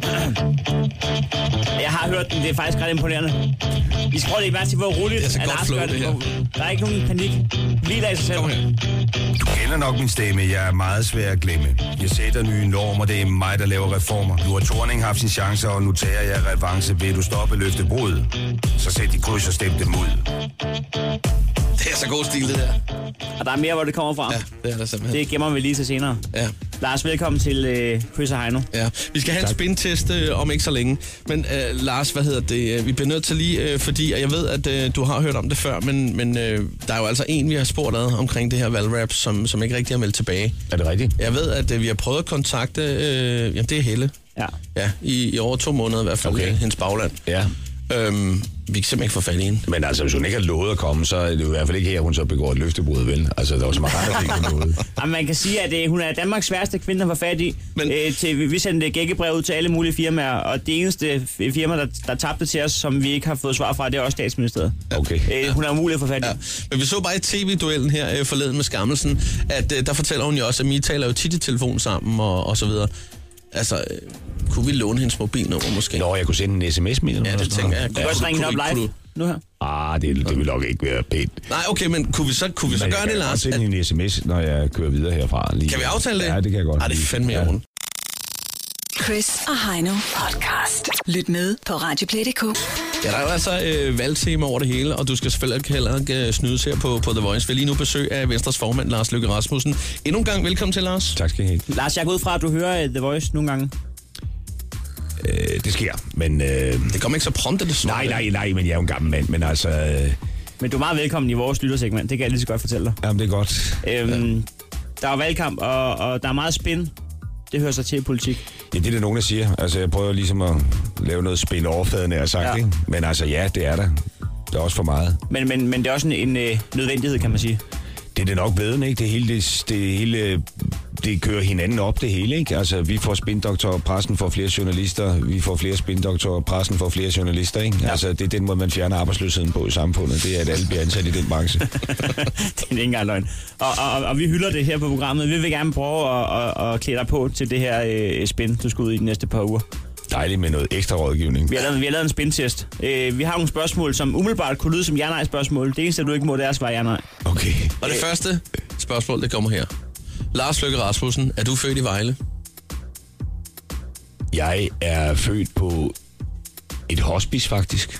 Jeg har hørt den, det er faktisk ret imponerende. I skal prøve lige bare til, hvor roligt at Lars gør det her. Der er ikke nogen panik. Lige af sig selv. Du kender nok min stemme, jeg er meget svær at glemme. Jeg sætter nye normer, det er mig, der laver reformer. Nu har Thorning haft sin chance, og nu tager jeg revanche. Vil du stoppe løftebrud? Så sæt de kryds og stem dem ud. Det er så god stil, det der. Og der er mere, hvor det kommer fra. Ja, det er der simpelthen. Det gemmer vi lige til senere. Ja. Lars, velkommen til Chris og Heino. Ja, vi skal have en spintest om ikke så længe. Men Lars, hvad hedder det? Vi bliver nødt til lige, fordi jeg ved, at du har hørt om det før, men der er jo altså en, vi har spurgt ad omkring det her valgrap, som ikke rigtig har meldt tilbage. Er det rigtigt? Jeg ved, at vi har prøvet at kontakte, det er Helle. Ja, i over 2 måneder i hvert fald, hendes bagland. Ja. Vi kan simpelthen ikke få fat i hende. Men altså, hvis hun ikke har lovet at komme, så er det jo i hvert fald ikke her, hun så begår et løftebrud, vel? Altså, der var så meget andre ting, hun lovede. Jamen, man kan sige, at hun er Danmarks sværeste kvinde at få fat i. Men... vi sendte gækkebrev ud til alle mulige firmaer, og det eneste firma, der tabte til os, som vi ikke har fået svar fra, det er også Statsministeriet. Okay. Hun er umulig at få fat i. Ja. Men vi så bare i tv-duellen her forleden med Skammelsen, at der fortæller hun jo også, at vi taler jo tit i telefon sammen og så videre. Altså, kunne vi låne hendes mobilnummer måske? Nå, jeg kunne sende en sms med Ja, det tænker jeg. Du kan også ringe hende op live nu her. Det vil nok ikke være pænt. Nej, okay, men kunne vi så gøre det, Lars? Jeg kan sende en sms, når jeg kører videre herfra. Lige. Kan vi aftale det? Ja, det kan jeg godt. Det er fandme rundt. Chris og Heino podcast. Lyt med på radioplay.dk. Ja, der er jo altså valgtema over det hele, og du skal selvfølgelig heller ikke snydes her på The Voice. Vi lige nu besøg af Venstres formand, Lars Løkke Rasmussen. Endnu en gang velkommen til, Lars. Tak skal I have. Lars, jeg går ud fra, at du hører The Voice nogle gange. Det sker, men... Det kommer ikke så prompte, det så. Nej, men jeg er jo en gammel mand, men altså... Men du er meget velkommen i vores lyttersegment, det kan jeg lige så godt fortælle dig. Jamen, det er godt. Der er valgkamp, og der er meget spin. Det hører sig til i politik. Ja, det er der nogen, der siger. Altså, jeg prøver ligesom at lave noget spin-off-fadende, jeg sagt, ikke? Men altså, ja, det er der. Det er også for meget. Men det er også en nødvendighed, kan man sige. Det er det nok bedre, ikke? Det kører hinanden op, det hele, ikke? Altså, vi får spindoktorer, pressen får flere journalister, vi får flere spindoktorer, pressen får flere journalister, ikke? Ja. Altså, det er den måde, man fjerner arbejdsløsheden på i samfundet. Det er, at alle bliver ansat i den branche. Det er ikke engang løgn. Og vi hylder det her på programmet. Vi vil gerne prøve at klæde dig på til det her spin, du skal ud i de næste par uger. Dejligt med noget ekstra rådgivning. Vi har lavet en spin-test. Vi har nogle spørgsmål, som umiddelbart kunne lyde som ja-nej-spørgsmål. Det eneste, du ikke må, det er at svare ja-nej. Okay. Og det første spørgsmål, det kommer her. Lars Løkke Rasmussen, er du født i Vejle? Jeg er født på et hospice, faktisk.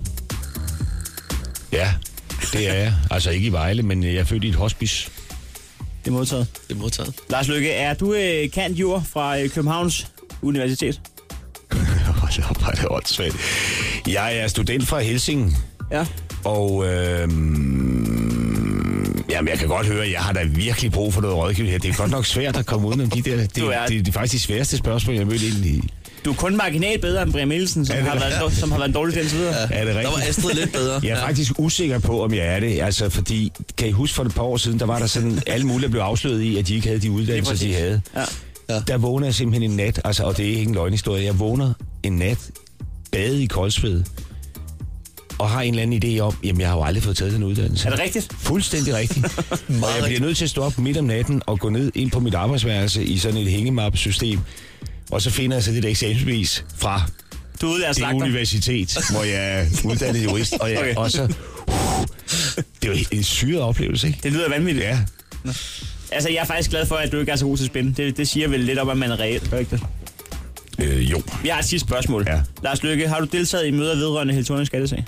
Ja, det er jeg. Altså ikke i Vejle, men jeg er født i et hospice. Det er modtaget. Det er modtaget. Lars Løkke, er du cand.jur fra Københavns Universitet? Det er åndssvagt. Jeg er student fra Helsing. Ja. Og jamen, jeg kan godt høre, at jeg har da virkelig brug for noget rådgivning her. Det er godt nok svært at komme udenom de der. Det er faktisk de sværeste spørgsmål, jeg mødte ind i. Du er kun marginalt bedre end Brian Mikkelsen, som har været en dårlig til videre. Ja, er det rigtigt? Der var Astrid lidt bedre. Jeg er faktisk usikker på, om jeg er det. Altså, fordi, kan I huske for et par år siden, der var der sådan alle mulige, der blev afsløret i, at de ikke havde de uddannelser, de havde. Ja. Der vågner jeg simpelthen en nat, altså, og det er ikke en løgnhistorie. Jeg vågner en nat, bade i Koldsved, og har en eller anden idé om, jamen jeg har jo aldrig fået taget den uddannelse. Er det rigtigt? Fuldstændig rigtigt. Og jeg bliver nødt til at stå op midt om natten og gå ned ind på mit arbejdsværelse i sådan et hængemappesystem, og så finder jeg så det eksamensbevis fra det universitet, hvor jeg er uddannet jurist, og så... det er jo en syret oplevelse, ikke? Det lyder vanvittigt. Ja. Altså, jeg er faktisk glad for, at du ikke er så god til spin. Det siger vel lidt om, at man er reelt, gør ikke det? Jo. Vi har et sidste spørgsmål. Ja. Lars Løkke, har du deltaget i møder vedrørende Helle Thorning skattesag?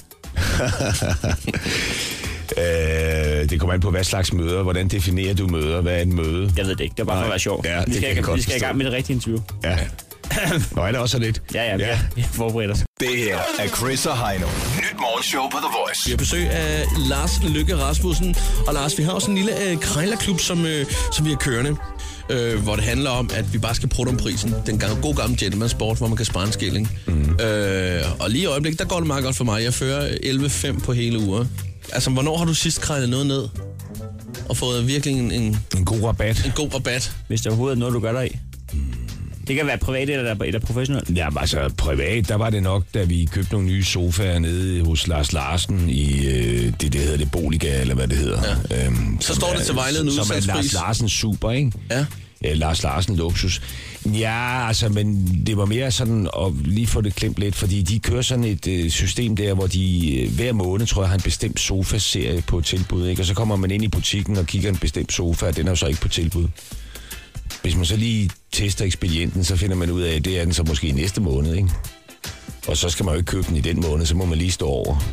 Det kommer an på, hvad slags møder. Hvordan definerer du møder? Hvad er et møde? Jeg ved det ikke. Det er bare for at være sjov. Ja, vi skal i gang med det rigtige interview. Ja. Nå, er det også lidt? Ja. Vi forbereder os. Det her er Chris og Heino. Nyt morgenshow på The Voice. Vi har besøg af Lars Løkke Rasmussen. Og Lars, vi har også en lille krejlerklub, som vi har kørende. Hvor det handler om, at vi bare skal prutte om prisen. Den gode gamle gentleman sport, hvor man kan spare en skilling. Og lige i øjeblikket, der går det meget godt for mig. Jeg fører 11,5 på hele uger. Altså, hvornår har du sidst krejlet noget ned? Og fået virkelig en god rabat? En god rabat. Hvis der overhovedet er noget, du gør der i. Det kan være privat eller professionelt. Ja, altså privat, der var det nok, da vi købte nogle nye sofaer nede hos Lars Larsen i det hedder det Boliga, eller hvad det hedder. Ja. Så står det til vejledende udsalgspris. Som er Lars Larsen Super, ikke? Ja. Lars Larsen Luksus. Ja, altså, men det var mere sådan at lige få det klemt lidt, fordi de kører sådan et system der, hvor de hver måned, tror jeg, har en bestemt sofa-serie på tilbud, ikke? Og så kommer man ind i butikken og kigger en bestemt sofa, og den er jo så ikke på tilbud. Hvis man så lige tester ekspedienten, så finder man ud af, at det er den så måske i næste måned, ikke? Og så skal man jo ikke købe den i den måned, så må man lige stå over.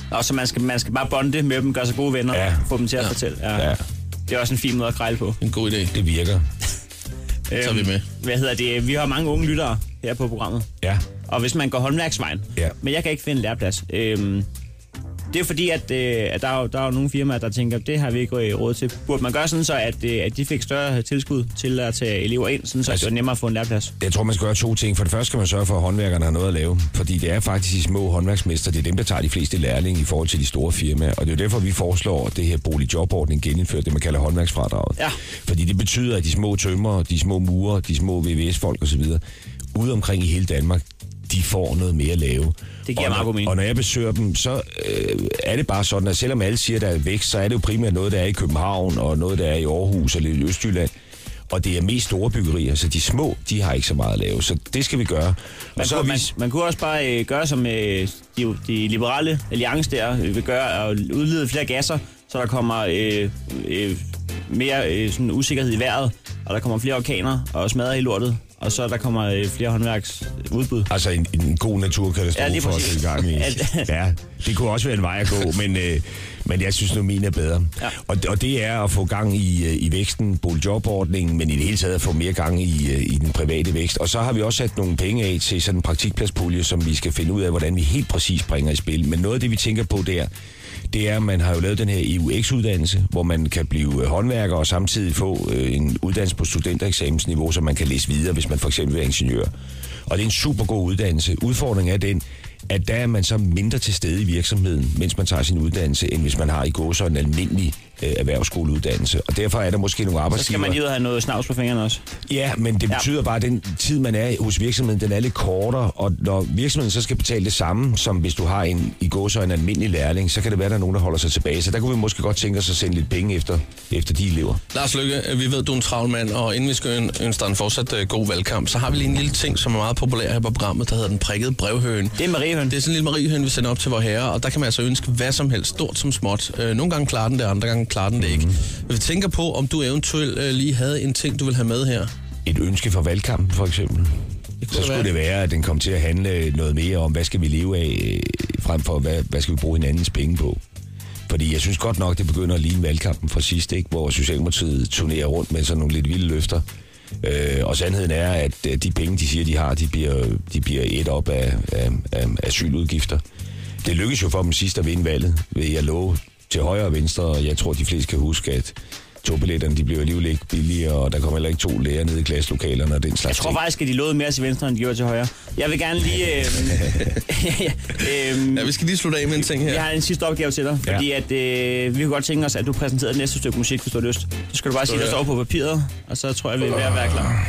Og så man skal bare bonde med dem, gøre sig gode venner, få dem til at fortælle. Ja. Det er også en fin måde at grejle på. En god idé. Det virker. Så er vi med. Hvad hedder det? Vi har mange unge lyttere her på programmet. Ja. Og hvis man går håndværksvejen, men jeg kan ikke finde en læreplads. Det er jo fordi, at der er jo nogle firmaer, der tænker, det har vi ikke råd til. Burde man gøre sådan så, at de fik større tilskud til at tage elever ind, sådan så det var nemmere at få en læreplads? Jeg tror, man skal gøre 2 ting. For det første skal man sørge for, at håndværkerne har noget at lave. Fordi det er faktisk de små håndværksmester, det er dem, der tager de fleste lærlinge i forhold til de store firmaer. Og det er jo derfor, vi foreslår, at det her boligjobordning genindfører det, man kalder håndværksfradraget. Ja. Fordi det betyder, at de små tømrere, de små murer, de små VVS-folk osv., ude omkring i hele Danmark, de får noget mere at lave. Det giver meget god mening. Og når jeg besøger dem, så er det bare sådan, at selvom alle siger, at der er vækst, så er det jo primært noget, der er i København, og noget, der er i Aarhus eller i Østjylland. Og det er mest store byggerier, så de små, de har ikke så meget at lave. Så det skal vi gøre. Man kunne også bare gøre, som de liberale alliance der vil gøre, og udlede flere gasser, så der kommer mere sådan usikkerhed i vejret, og der kommer flere orkaner og smadrer i lortet. Og så der kommer flere håndværksudbud. Altså en god naturkatastrofe for at sætte gang i. Ja, det kunne også være en vej at gå, men jeg synes nu, min er bedre. Ja. Og det er at få gang i væksten, boligjobordningen, men i det hele taget at få mere gang i den private vækst. Og så har vi også sat nogle penge af til sådan en praktikpladspulje, som vi skal finde ud af, hvordan vi helt præcis bringer i spil. Men noget af det, vi tænker på det er, at man har jo lavet den her EUX-uddannelse, hvor man kan blive håndværker og samtidig få en uddannelse på studentereksamensniveau, så man kan læse videre, hvis man for eksempel er ingeniør. Og det er en super god uddannelse. Udfordringen er den, at der er man så mindre til stede i virksomheden, mens man tager sin uddannelse, end hvis man har i går så en almindelig erhvervsskoleuddannelse. Og derfor er der måske nogle arbejdsgiver... Så skal man lige have noget snavs på fingrene også. Ja, men det betyder bare, at den tid, man er hos virksomheden, den er lidt kortere, og når virksomheden så skal betale det samme, som hvis du har en i går så en almindelig lærling, så kan det være, at der er nogen, der holder sig tilbage. Så der kunne vi måske godt tænke os at sende lidt penge efter de elever. Lars Løkke, vi ved, du er en travl mand, og inden vi skal ønske dig en fortsat god valgkamp, så har vi lige en lille ting, som er meget populær her på programmet, der hedder den prikkede brevhøne. Det er Mariehøn. Det er sådan en lille Mariehøn, vi sender op til vor herre, og der kan man altså ønske hvad som helst, stort som småt. Nogle gange klarer den det, andre gange klarer den det ikke. Vi tænker på, om du eventuelt lige havde en ting, du vil have med her. Et ønske for valgkampen, for eksempel. Så skulle det være, at den kom til at handle noget mere om, hvad skal vi leve af, frem for, hvad skal vi bruge hinandens penge på. Fordi jeg synes godt nok, det begynder at ligne valgkampen fra sidst, ikke? Hvor Socialdemokratiet turnerer rundt med sådan nogle lidt vilde løfter. Og sandheden er, at de penge, de siger, de har, de bliver et op af asyludgifter. Det lykkedes jo for dem sidst at vinde valget, ved at love til højre og venstre, og jeg tror, de fleste kan huske, at togbilletterne, de bliver alligevel ikke billigere, og der kommer heller ikke 2 læger ned i klasselokalerne og den slags. Jeg tror faktisk, at de lovede mere til venstre, end de gjorde til højre. Jeg vil gerne lige... ja, vi skal lige slutte af med en ting her. Jeg har en sidste opgave til dig, fordi at, vi kunne godt tænke os, at du præsenterede det næste stykke musik, hvis du har lyst. Så skal du bare sige, at der står på papiret, og så tror jeg, vi er ved at være klar.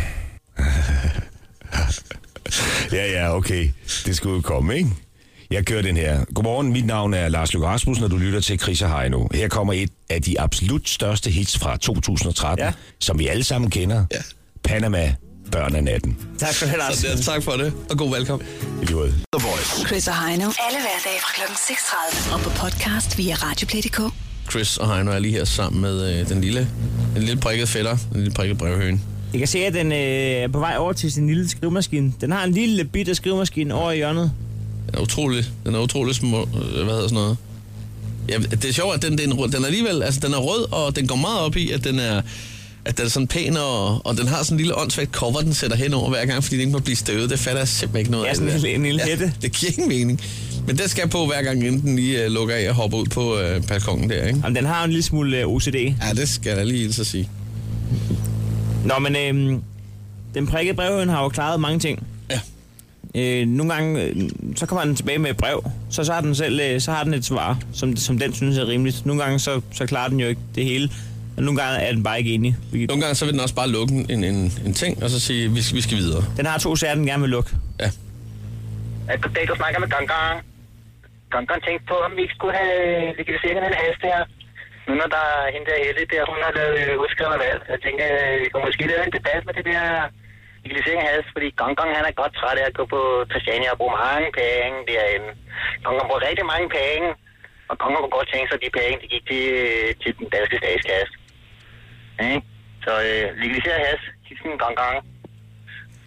Ja, okay. Det skulle jo komme, ikke? Jeg kører den her. Godmorgen, mit navn er Lars Løkke Rasmussen, og du lytter til Chris og Heino. Her kommer et af de absolut største hits fra 2013, som vi alle sammen kender. Ja. Panama, børn af natten. Tak for det, Lars. Tak for det, og god velkommen. I lige måde. The Voice. Chris og Heino. Alle hverdage fra kl. 6:30. Og på podcast via Radioplay.dk. Chris og Heino er lige her sammen med den lille prikkede fætter, den lille prikkede brevhøne. Jeg kan se, at den er på vej over til sin lille skrivemaskine. Den har en lille bitte skrivemaskine over i hjørnet. Den er utrolig små, hvad hedder sådan noget. Ja, det er sjovt, at den alligevel, altså den er rød, og den går meget op i, at den er sådan pæn, og den har sådan en lille åndssvagt cover, den sætter hen over hver gang, fordi den ikke må blive støvet. Det fatter jeg simpelthen ikke noget af. Ja, sådan en lille hætte. Det giver ingen mening. Men den skal på hver gang, inden den lige lukker af og hopper ud på balkongen der, ikke? Jamen, den har en lille smule OCD. Ja, det skal jeg lige så sige. Nå, men den prikkede brevhøn har jo klaret mange ting. Ja. Nogle gange, så kommer den tilbage med et brev, så har den et svar, som den synes er rimeligt. Nogle gange, så klarer den jo ikke det hele, og nogle gange er den bare ikke enig. Nogle gange, så vil den også bare lukke en ting, og så sige, vi skal videre. Den har 2 sager, den gerne vil lukke. Ja. Goddag, du snakker med Gangang. Gangang tænkte på, om vi ikke skulle have legaliseret den has der. Nu når der er hende der Helle der, hun har lavet udskrevet valg. Jeg tænker, vi kan måske lave en debat med det der legalisering af has, fordi Gangang han er godt træt af at gå på Christiania og bruge mange penge derinde. Gangang bruger rigtig mange penge, og Gangang kunne godt tænke sig, at de penge de gik til den danske statskasse. Ja, så legaliseret has, hilsen Gangang.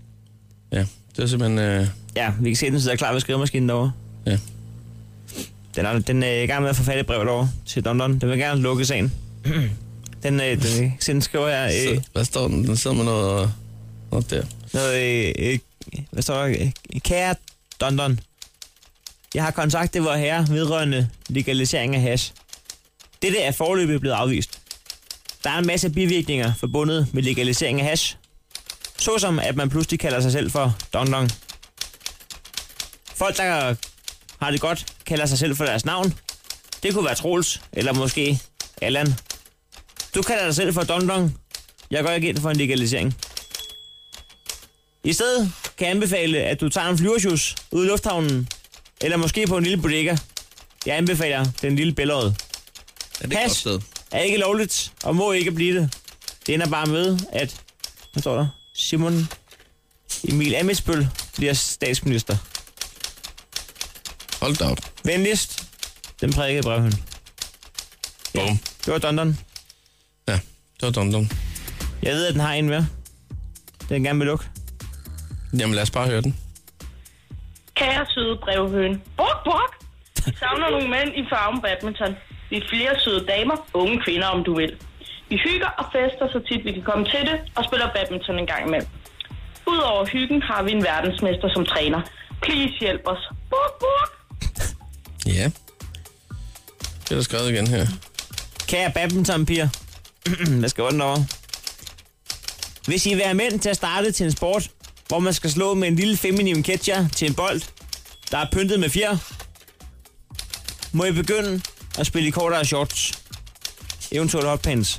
Ja, det er simpelthen... Ja, vi kan se, at den sidder klar ved skrivemaskinen derovre. Ja. Den er i gang med at forfatte et brev derovre til London. Den vil gerne lukke sagen. Den skriver her... Hvad står den? Den sidder med noget der. Hvad står der? Kære London. Jeg har kontaktet vor herre vedrørende legalisering af hash. Dette er foreløbig blevet afvist. Der er en masse bivirkninger forbundet med legalisering af hash. Såsom at man pludselig kalder sig selv for Dong. Folk, der har det godt, kalder sig selv for deres navn. Det kunne være Troels, eller måske Allan. Du kalder dig selv for Dong. Jeg går ikke ind for en legalisering. I stedet kan jeg anbefale, at du tager en flyversjus ude i lufthavnen, eller måske på en lille bodega. Jeg anbefaler den lille Bællerød. Hash er ikke lovligt, og må ikke blive det. Det ender bare med, at... Hvad står der? Simon Emil Ammitzbøll bliver statsminister. Hold da op. Venligst, den prædikede brevhøn. Ja, det var Dondon. Ja, det var Dondon. Jeg ved, at den har en mere. Den gerne vil lukke. Jamen lad os bare høre den. Kære søde brevhøn. Bok! Vi savner nogle mænd i farven badminton. Vi er flere søde damer, unge kvinder om du vil. Vi hygger og fester så tit vi kan komme til det, og spiller badminton en gang imellem. Udover hyggen har vi en verdensmester som træner. Please hjælp os. Bok! Ja. Det er der skrevet igen her. Kære badmintonpiger. Hvad skal den over? Hvis I vil have mænd til at starte til en sport, hvor man skal slå med en lille feminin catcher til en bold, der er pyntet med fjer, må I begynde at spille i kortere shorts. Eventuelt hotpants.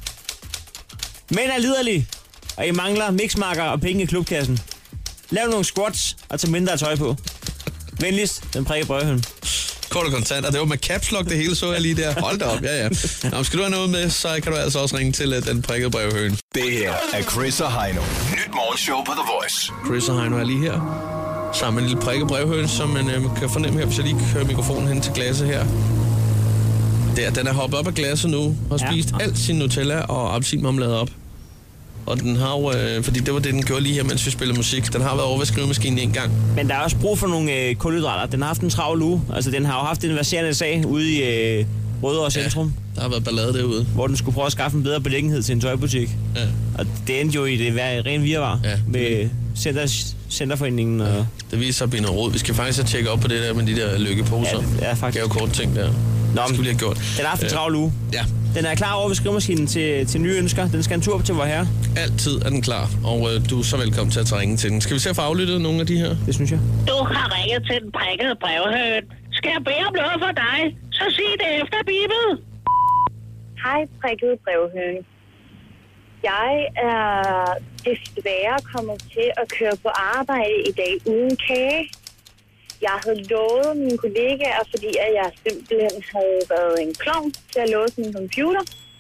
Mænd er liderlige, og I mangler mixmarker og penge i klubkassen. Lav nogle squats og tag mindre tøj på. Venligst, den prikke brødhøn. Kort og kontant, og det var med caps lock det hele, så jeg lige der. Hold da op, ja. Nå, skal du have noget med, så kan du altså også ringe til den prikkede brevhøn. Det her er Chris og Heino. Nyt morgenshow på The Voice. Chris og Heino er lige her. Sammen med en lille prikke brevhøn, som man kan fornemme her, hvis jeg lige kører mikrofonen hen til glasset her. Den er hoppet op af glasset nu og spist alt sin Nutella og appelsinmarmelade op. Og den har jo, fordi det var det, den gjorde lige her, mens vi spillede musik. Den har været over ved skrivemaskinen en gang. Men der er også brug for nogle kulhydrater. Den har haft en travl uge. Altså, den har jo haft en verserende sag ude i Rødovre Centrum. Der har været ballade derude. Hvor den skulle prøve at skaffe en bedre beliggenhed til en tøjbutik. Ja. Og det endte jo i det ren virvar med Centerforeningen. Og... Det viser sig at blive noget råd. Vi skal faktisk have tjekket op på det der med de der lykkeposer. Ja, faktisk. Gavekort ting der. Nå, det skulle vi have gjort. Den har haft en travl uge. Ja. Den er klar over ved skrivemaskinen til nye ønsker. Den skal en tur op til vor herre. Altid er den klar, og du er så velkommen til at ringe til den. Skal vi se at få aflyttet nogle af de her? Det synes jeg. Du har ringet til den prikkede brevhøn. Skal jeg bede om noget for dig? Så sig det efter Bibel. Hej, prikkede brevhøn. Jeg er desværre kommet til at køre på arbejde i dag uden kage. Jeg havde lovet mine kollegaer, fordi jeg simpelthen havde været en klovn til at låse min computer,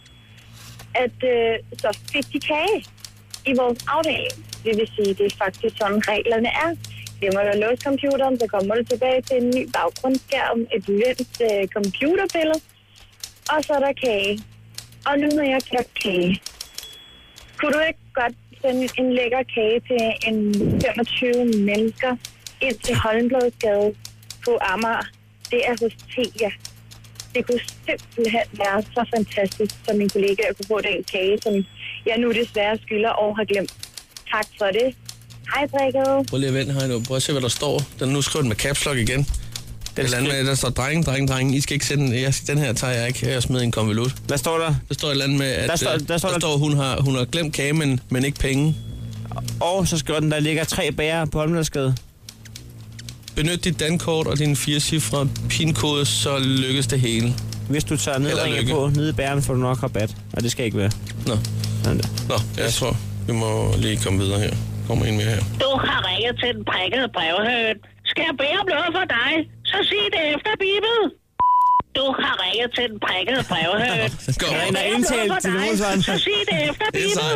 at så fik de kage i vores afdeling. Det vil sige, det er faktisk sådan reglerne er. Glemmer du at låse computeren, så kommer du tilbage til en ny baggrundsskærm, et vendt computerbillede, og så er der kage. Og nu når jeg kan kage, kunne du ikke godt sende en lækker kage til en 25 mennesker ind til Holmbladsgade på Amager? Det er hos Telia. Det kunne simpelthen være så fantastisk, som min kollega kunne få den kage, som jeg nu desværre skylder og har glemt. Tak for det. Hej, Brikket. Prøv lige at vente her nu. Prøv at se, hvad der står. Den nu skrevet med caps lock igen. Det er med, der står dreng. I skal ikke sende den her tager jeg ikke. Jeg smider en konvolut. Hvad står der? Der står et eller andet med, at der står hun har glemt kage, men ikke penge. Og så skriver den, der ligger 3 bager på Holmbladsgade. Benyt dit dankort og din 4-cifrede PIN-kode, så lykkes det hele. Hvis du tager nedringer på nede i bæren, får du nok rabat. Og det skal ikke være. Nå, jeg tror, vi må lige komme videre her. Kommer en mere her. Du har ringet til den prikkede brevhøn. Skal jeg bede om noget for dig? Så sig det efter Bibel. Du har ringet til den prikkede brevhøn. Skal jeg bede om noget for dig? Så sig det efter Bibel.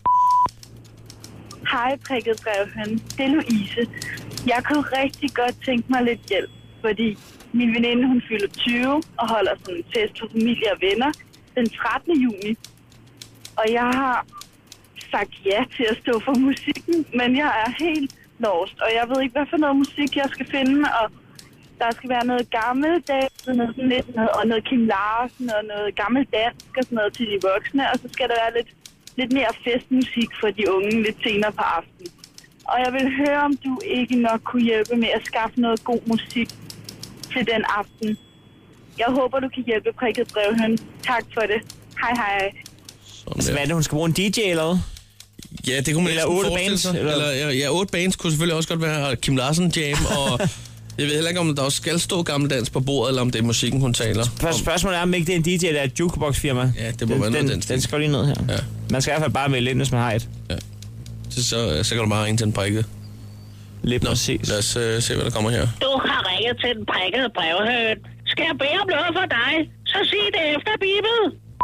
Hej, prikket brevhøn. Det er Louise. Jeg kunne rigtig godt tænke mig lidt hjælp, fordi min veninde, hun fylder 20 og holder sådan en fest for familie og venner den 13. juni. Og jeg har sagt ja til at stå for musikken, men jeg er helt lost, og jeg ved ikke, hvad for noget musik jeg skal finde, og Der skal være noget gammeldags, og noget Kim Larsen og noget gammeldansk og sådan noget til de voksne. Og så skal der være lidt mere festmusik for de unge lidt senere på aftenen. Og jeg vil høre, om du ikke nok kunne hjælpe med at skaffe noget god musik til den aften. Jeg håber, du kan hjælpe Prikket Brevhøn. Tak for det. Hej, hej. Så hvad er det, hun skal bruge en DJ eller hvad? Ja, det kunne man eller 8 bands. Eller 8 bands kunne selvfølgelig også godt være Kim Larsen Jam, og jeg ved heller ikke, om der også skal stå gammeldans på bordet, eller om det er musikken, hun taler. Spørgsmålet er, om ikke det er en DJ, eller et jukebox-firma. Ja, det må være noget den skal lige ned her. Ja. Man skal i hvert fald bare melde ind, hvis man har et. Ja. Så kan du bare ringe til den prikket. Lidt præcis. Lad os se, hvad der kommer her. Du har ringet til den prikkede brevhøn. Skal jeg bede om noget for dig, så sig det efter, Bibel.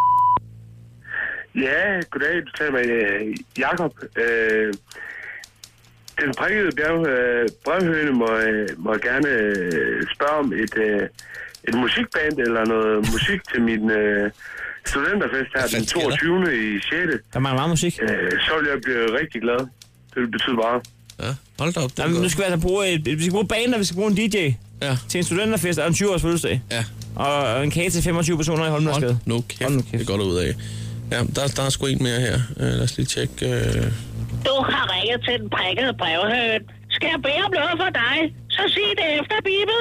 Ja, goddag. Du taler med Jakob. Den prikkede brevhøne må gerne spørge om et musikband eller noget musik til min studenterfest her den 22. i 6. Der mangler meget musik. Så vil jeg blive rigtig glad. Det betyder bare. Ja, hold da op. Jamen, nu skal vi altså bruge vi skal bruge band, og vi skal bruge en DJ. Ja. Til en studenterfest og en 20-års fødselsdag. Ja. Og en kage til 25 personer i Holmlandsgade. Nu kæft. Det går der ud af. Ja, der er sgu en mere her. Lad os lige tjekke. Du har ringet til den prikkede brevhøn. Skal jeg bede om noget for dig, så sig det efter, Bibel.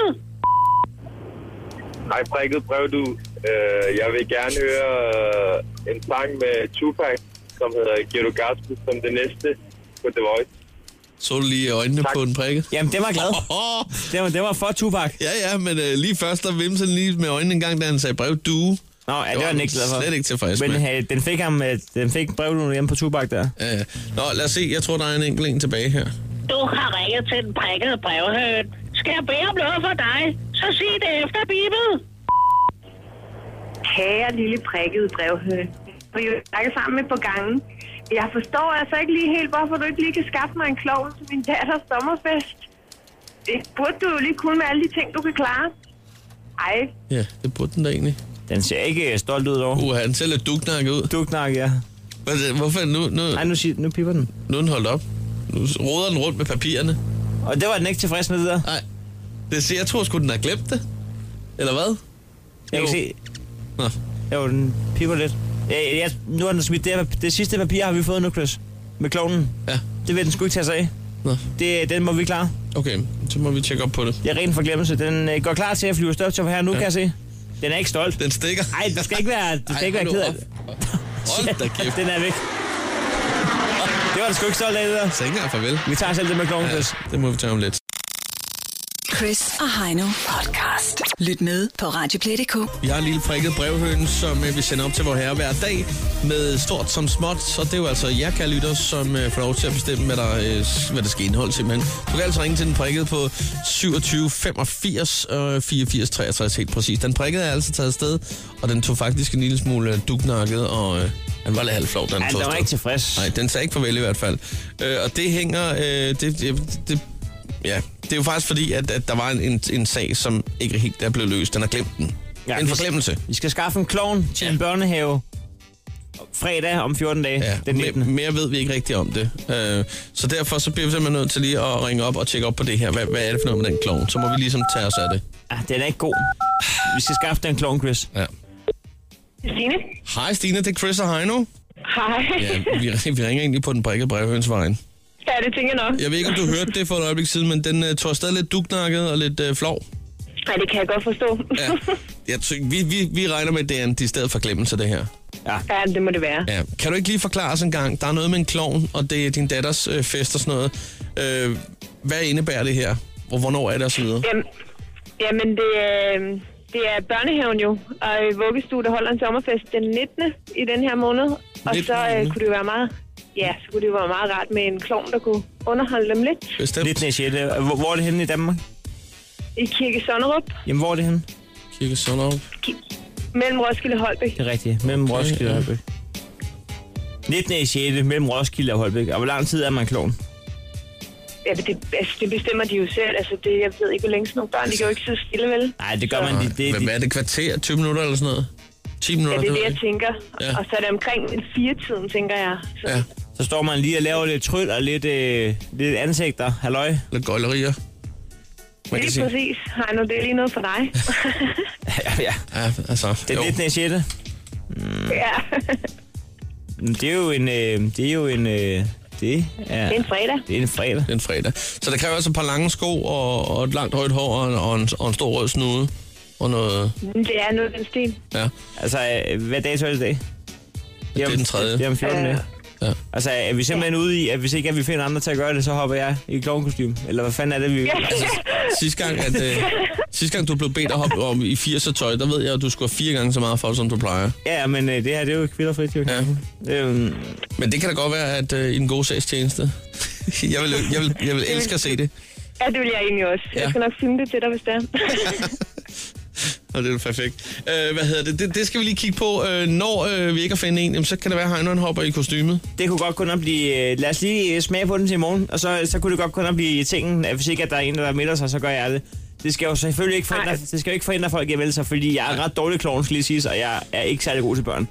Hej, prikket brev, du. Jeg vil gerne høre en sang med Tupac, som hedder Giver du gas som det næste på The Voice. Så du lige øjnene på den prikket? Jamen, det var glad. Det var for Tupac. Ja, men lige først der vimsede han lige med øjnene en gang, da han sagde brev du. Nå, ja, det var han ikke glad for. Slet ikke tilfreds med. Men den fik brevduen hjemme på Tupac der. Ja. Nå, lad os se. Jeg tror, der er en enkelt tilbage her. Du har ringet til den prikkede brevhøn. Skal jeg bede om noget for dig, så sig det efter, Bibel. Kære lille prikkede brevhøn. Vi er jo sammen med på gangen. Jeg forstår altså ikke lige helt, hvorfor du ikke lige kan skaffe mig en klovn til min datters sommerfest. Det burde du jo lige kunne med alle de ting, du kan klare. Ej. Ja, det burde den da egentlig. Den ser ikke stolt ud over. Han ser lidt duknakket ud. Duknakket, ja. Hvorfor nu? Nej, nu piper den. Nu er den holdt op. Nu roder den rundt med papirerne. Og det var den ikke tilfreds med det der? Nej. Jeg tror sgu, den har glemt det. Eller hvad? Jeg kan se. Nå. Jo, den piper lidt. Nu har den smidt det sidste papir, har vi fået nu, Chris. Med klovnen. Ja. Det vil den sgu ikke tage sig af. Nå. Den må vi klare. Okay, så må vi tjekke op på det. Det er ren forglemmelse. Den går klar til at flyve støvtøj her nu, kan jeg se. Den er ikke stolt. Den stikker. Nej, der skal ikke være ked af det. Hold da kæft. Den er væk. Det var den sgu ikke stolt af, det der. Så ikke engang farvel. Vi tager selv det med klovnen, Chris. Det må vi tage om lidt. Chris og Heino podcast. Lyt med på radioplay.dk. Vi har en lille prikket brevhøn, som vi sender op til vor herre hver dag med stort som småt. Så det er jo altså jer, kære lytter, som får lov til at bestemme, hvad der skal indeholde simpelthen. Du kan altså ringe til den prikket på 27 85 84 63 helt præcis. Den prikkede er altså taget afsted, og den tog faktisk en lille smule duknakket, og han var lidt halvflov, da den tog. Den var ikke tilfreds. Nej, den sagde ikke farvel i hvert fald. Og det hænger... Ja, det er jo faktisk fordi, at der var en sag, som ikke helt er blevet løst. Den har glemt den. Ja, en forglemmelse. Vi skal skaffe en klovn til en børnehave fredag om 14 dage. Ja, den 19. Mere ved vi ikke rigtigt om det. Så derfor så bliver vi simpelthen nødt til lige at ringe op og tjekke op på det her. Hvad er det for noget med den klovn? Så må vi ligesom tage os af det. Ja, den er ikke god. Vi skal skaffe den klovn, Chris. Ja. Stine? Hej Stine, det er Chris og Heino. Hej. Ja, vi ringer egentlig på den prikkede brevhønsvejen. Ja, det tænker jeg nok. Jeg ved ikke, om du hørte det for et øjeblik siden, men den tog stadig lidt duknakket og lidt flov. Nej, det kan jeg godt forstå. Ja, vi regner med, at det er en decideret forglemmelse, det her. Ja, det må det være. Ja. Kan du ikke lige forklare os en gang? Der er noget med en klovn, og det er din datters fest og sådan noget. Hvad indebærer det her? Og hvornår er det og så videre? Jamen det er børnehaven jo, og i vuggestue, der holder en sommerfest den 19. i den her måned. Og så kunne det jo være meget... Ja, så kunne det være meget rart med en klovn, der kunne underholde dem lidt. Bestemt. Lidt næsjette. Hvor er det henne i Danmark? I Kirke Sonnerup. Jamen, hvor er det henne? Kirke Sonnerup. Mellem Roskilde og Holbæk. Det er rigtigt. Mellem Roskilde og Holbæk. 19. i 6. mellem Roskilde og Holbæk. Og hvor lang tid er man klovn? Ja, det bestemmer de jo selv. Altså, jeg ved ikke, hvor længe sådan nogle børn, de kan jo ikke sidde stille, vel? Nej, det gør man. Hvad er det, kvarter? 20 minutter eller sådan noget? 10 minutter? Ja, det er det, jeg tænker. Ja. Og så er det omkring 4-tiden, tænker jeg. Så. Ja. Så står man lige og laver lidt tryl og lidt ansigter. Halløj. Lidt gøjlerier. man kan Lige sige. præcis. Heino, det er lige noget for dig. Ja, altså. Det er lidt den 6. Ja. Det er jo en... Det er en fredag. Det er en fredag. Det er en fredag. Så der kræver altså et par lange sko og et langt højt hår og en stor rød snude. Og noget... Det er noget den stil. Ja. Altså, hvad dato er det i dag? Det er den 3. Det er om 14 dage. Ja. Altså, er vi simpelthen ude i, at hvis ikke vi finder andre til at gøre det, så hopper jeg i klovnkostyme? Eller hvad fanden er det, vi... Altså, sidste gang du blev bedt at hoppe om i 80'er tøj, der ved jeg, at du skulle have 4 gange så meget for, som du plejer. Ja, men det her, det er jo kvilderfrit, jo. Ja. Det er jo... Men det kan da godt være, at i den gode sags tjeneste. Jeg vil elske at se det. Ja, det vil jeg egentlig også. Jeg skal nok filme det til dig, hvis det er. Og det er jo perfekt. Hvad hedder det? Det skal vi lige kigge på. Når vi ikke har fundet en, så kan det være, at Heino hopper i kostymet. Det kunne godt kun blive... Lad os lige smage på den til i morgen, og så kunne det godt kun blive tingen, at hvis ikke at der er en, der melder sig, så gør jeg det. Det skal jo selvfølgelig ikke forhindre, det skal jo ikke forhindre folk i at vælge sig, fordi jeg er ret dårlig klovn, skal lige sige, og jeg er ikke særlig god til børn.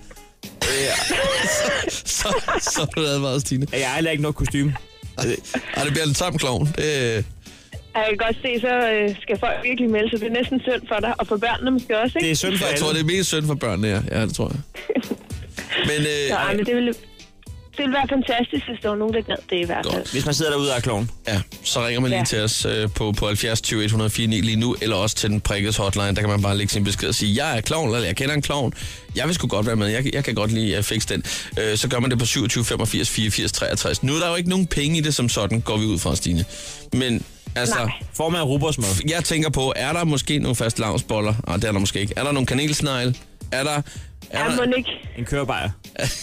Så er du advaret, Stine. Jeg er heller ikke nok kostyme. Og det bliver en tam klovn. Jeg kan godt se, så skal folk virkelig melde sig. Det er næsten synd for dig, og for børnene måske også, ikke? Det er synd for jeg tror, det er mest synd for børnene, ja. Det tror jeg. Men det ville være fantastisk, hvis der var nogen, der gad det i hvert fald. Hvis man sidder derude og er klovn. Ja, så ringer man lige til os på 70 20 104 9 lige nu, eller også til den prikkes hotline. Der kan man bare lægge sin besked og sige, jeg er klovn, eller jeg kender en klovn. Jeg vil sgu godt være med, jeg kan godt lige fikse den. Så gør man det på 27 85 84 63. Nu er der jo ikke nogen penge i det som sådan, går vi ud fra, Stine. Men altså, får man rugbrødsmad? Jeg tænker på, er der måske nogle fastelavnsboller? Det er der måske ikke. Er der nogle kanelsnegle? Er der ikke. En kørebajer?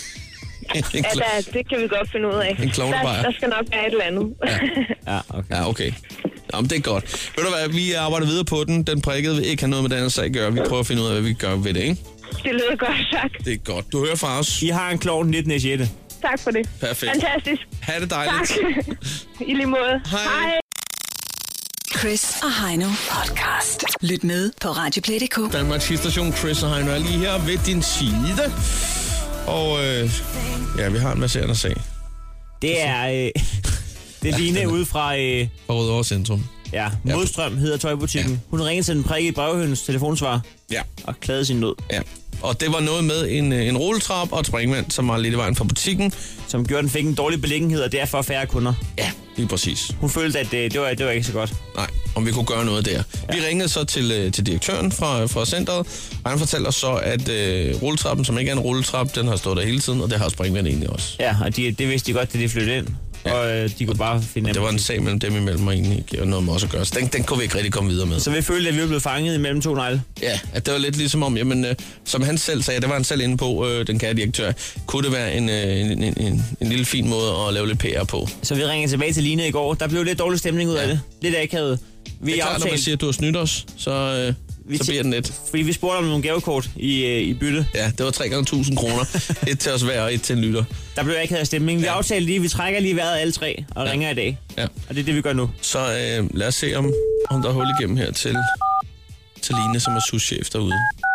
Det kan vi godt finde ud af. En klovnebajer. Der skal nok være et eller andet. Ja, okay. Jamen, det er godt. Ved du hvad, vi arbejder videre på den. Den prikkede vil ikke have noget med den her sag at gøre. Vi prøver at finde ud af, hvad vi gør ved det, ikke? Det lyder godt, tak. Det er godt. Du hører fra os. I har en klovn 19.6. Tak for det. Perfekt. Fantastisk. Ha' det dejligt. Tak. I lige måde. Hej. Chris og Heino podcast. Lyt med på radioplay.dk. Danmarks station Chris og Heino er lige her ved din side. Og vi har en masserende sag. Det er Line ude fra Rødovre Centrum. Ja, Modstrøm hedder tøjbutikken. Ja. Hun ringede til den prikke i brevhøns telefonsvar. Ja. Og klagede sin nød. Ja. Og det var noget med en rulletrap og et springvand, som var lidt i vejen fra butikken. Som gjorde, den fik en dårlig beliggenhed, og derfor færre kunder. Ja, lige præcis. Hun følte, at det var ikke så godt. Nej, om vi kunne gøre noget der. Ja. Vi ringede så til direktøren fra centret, og han fortalte os så, at rulletrappen, som ikke er en rulletrap, den har stået der hele tiden, og det har springvand egentlig også. Ja, og det vidste de godt, da de flyttede ind. Ja. Og de kunne bare finde... Det var en sag mellem dem imellem, og egentlig noget med også at gøre. Så den kunne vi ikke rigtig komme videre med. Så vi følte, at vi var blevet fanget imellem to negle? Ja, at det var lidt ligesom om, jamen, som han selv sagde, det var han selv inde på, den kære direktør, kunne det være en lille fin måde at lave lidt PR på. Så vi ringede tilbage til Line i går. Der blev lidt dårlig stemning ud af det. Lidt akavet. Det er klart, når man siger, at du har snydt os, så bliver den lidt. Fordi vi spurgte om nogle gavekort i bytte. Ja, det var 3 gange 1.000 kroner. Et til os hver og et til en lytter. Der blev ikke af stemning. Vi aftalte lige, vi trækker lige vejret alle 3 og ringer i dag. Ja. Og det er det, vi gør nu. Så lad os se, om der er hul igennem her til Line, som er souschef derude.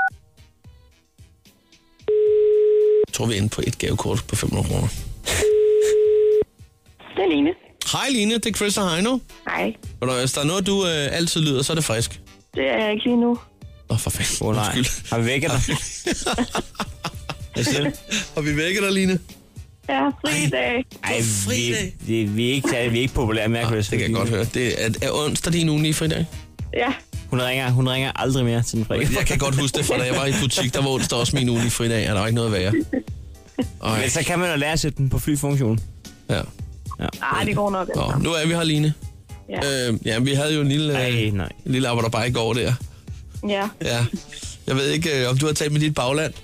Jeg tror, vi er inde på et gavekort på 500 kroner. Det er Line. Hej Line, det er Chris og Heino. Hej. Hvis der er noget, du altid lyder, så er det frisk. Det er jeg ikke lige nu. For fanden. Nej. Har vi vækket dig? Har vi vækket dig, Line? Ja, fridag. Ej, vi er ikke populære med, Chris. Det kan jeg godt høre. Det er onsdag din ugenlige fridag? Ja. Hun ringer aldrig mere til den fredag. Jeg kan godt huske det, for da jeg var i butik, der var onsdag også min ugenlige fridag, og der var ikke noget at være. Men så kan man jo lære at sætte den på flyfunktion. Ja. Det går nok. Nu er vi her, Line. Ja. Vi havde jo en lille arbejder bare i går der. Ja. Ja. Jeg ved ikke, om du har talt med dit bagland.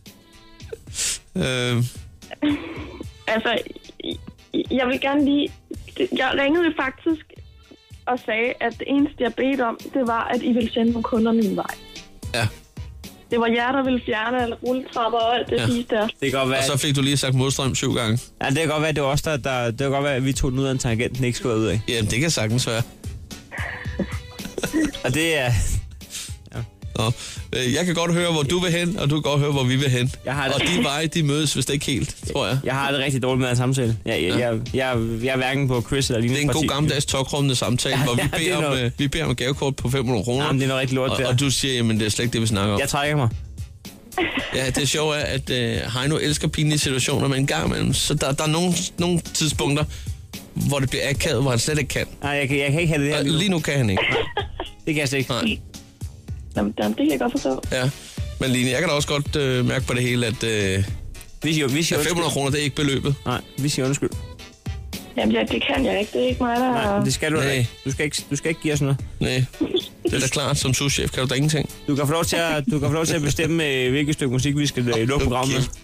Altså, jeg vil gerne lige... Jeg ringede faktisk og sagde, at det eneste, jeg bedte om, det var, at I ville sende nogle kunder min vej. Ja. Det var jer, der ville fjerne alle rulletrapper og alt det sidste der. Det kan godt være, og så fik du lige sagt Modstrøm 7 gange. Ja, det kan godt være, det var også det kan godt være, at vi tog den ud af en tangent, den ikke skulle ud af. Jamen, det kan sagtens være. Og det er... Nå, jeg kan godt høre, hvor du vil hen, og du kan godt høre, hvor vi vil hen. Og de veje, de mødes vist ikke helt, tror jeg. Jeg har det rigtig dårligt med at samtale. Jeg er hverken på Chris eller Line. Det er en god gammeldags talkrummende samtale, hvor vi beder om gavekort på 500 kroner. Jamen, det er noget rigtig lort. Og du siger, jamen det er slet ikke det, vi snakker om. Jeg trækker mig. Ja, det sjove er, at Heino elsker pinlige situationer, men en gang imellem, så der er nogle tidspunkter, hvor det bliver akavet, hvor han slet ikke kan. Nej, jeg kan ikke have det her. Lige nu kan han ikke. Det kan jeg slet ikke. Nej. Jamen, det kan jeg godt forstå. Ja, men Line, jeg kan da også godt mærke på det hele, at 500 kroner, det er ikke beløbet. Nej, vi siger undskyld. Jamen, det kan jeg ikke. Det er ikke mig, der... Nej, det skal du ikke. Du skal ikke give os noget. Nej, det er da klart. Som souschef kan du da ingenting. Du kan få lov til at bestemme, hvilket stykke musik vi skal lukke programmet med.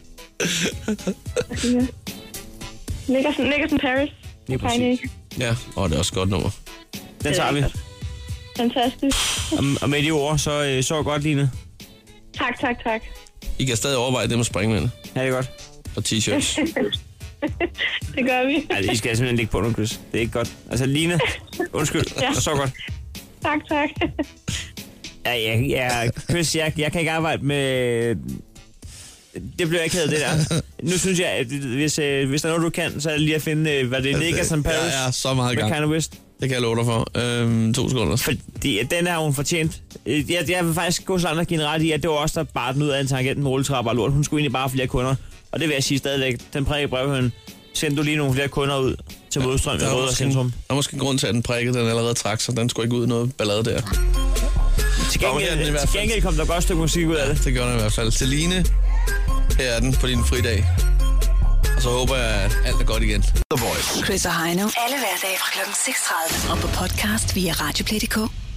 Niggas in Paris. Lige præcis. Ja, og det er også et godt nummer. Den tager vi. Fantastisk. Og med de ord, så godt, Line. Tak. I kan stadig overveje det med springvand. Ja, det er godt. Og t-shirts. Det gør vi. Ja, I skal simpelthen ligge på nu, Chris. Det er ikke godt. Altså, Line, undskyld. Ja. Så godt. Tak. Ja, Chris, jeg kan ikke arbejde med... Det bliver ikke ked det der. Nu synes jeg, at hvis der er noget, du kan, så er det lige at finde, hvad det er, Niggas in Paris. Ja, så meget gang. Med Kanye West. Det kan jeg love dig for. 2 sekunder. Fordi den er hun fortjent. Jeg vil faktisk gå sådan og give en ret i, at det var også der bare den ud af en tangent med rulletrapper og lort. Hun skulle egentlig bare flere kunder. Og det vil jeg sige stadigvæk. Den prikke brevhøn. Send du lige nogle flere kunder ud til Modstrøm i Røde og Centrum. Der er måske en grund til, at den prikke, den allerede trak sig. Den skulle ikke ud noget ballade der. Til gengæld kom der godt stykke musik ud af det. Det gør den i hvert fald. Til Line, her er den på din fridag. Og så håber jeg, at alt er godt igen. Chris og Heino. Alle hverdage fra kl. 6:30. Og på podcast via Radioplay.dk.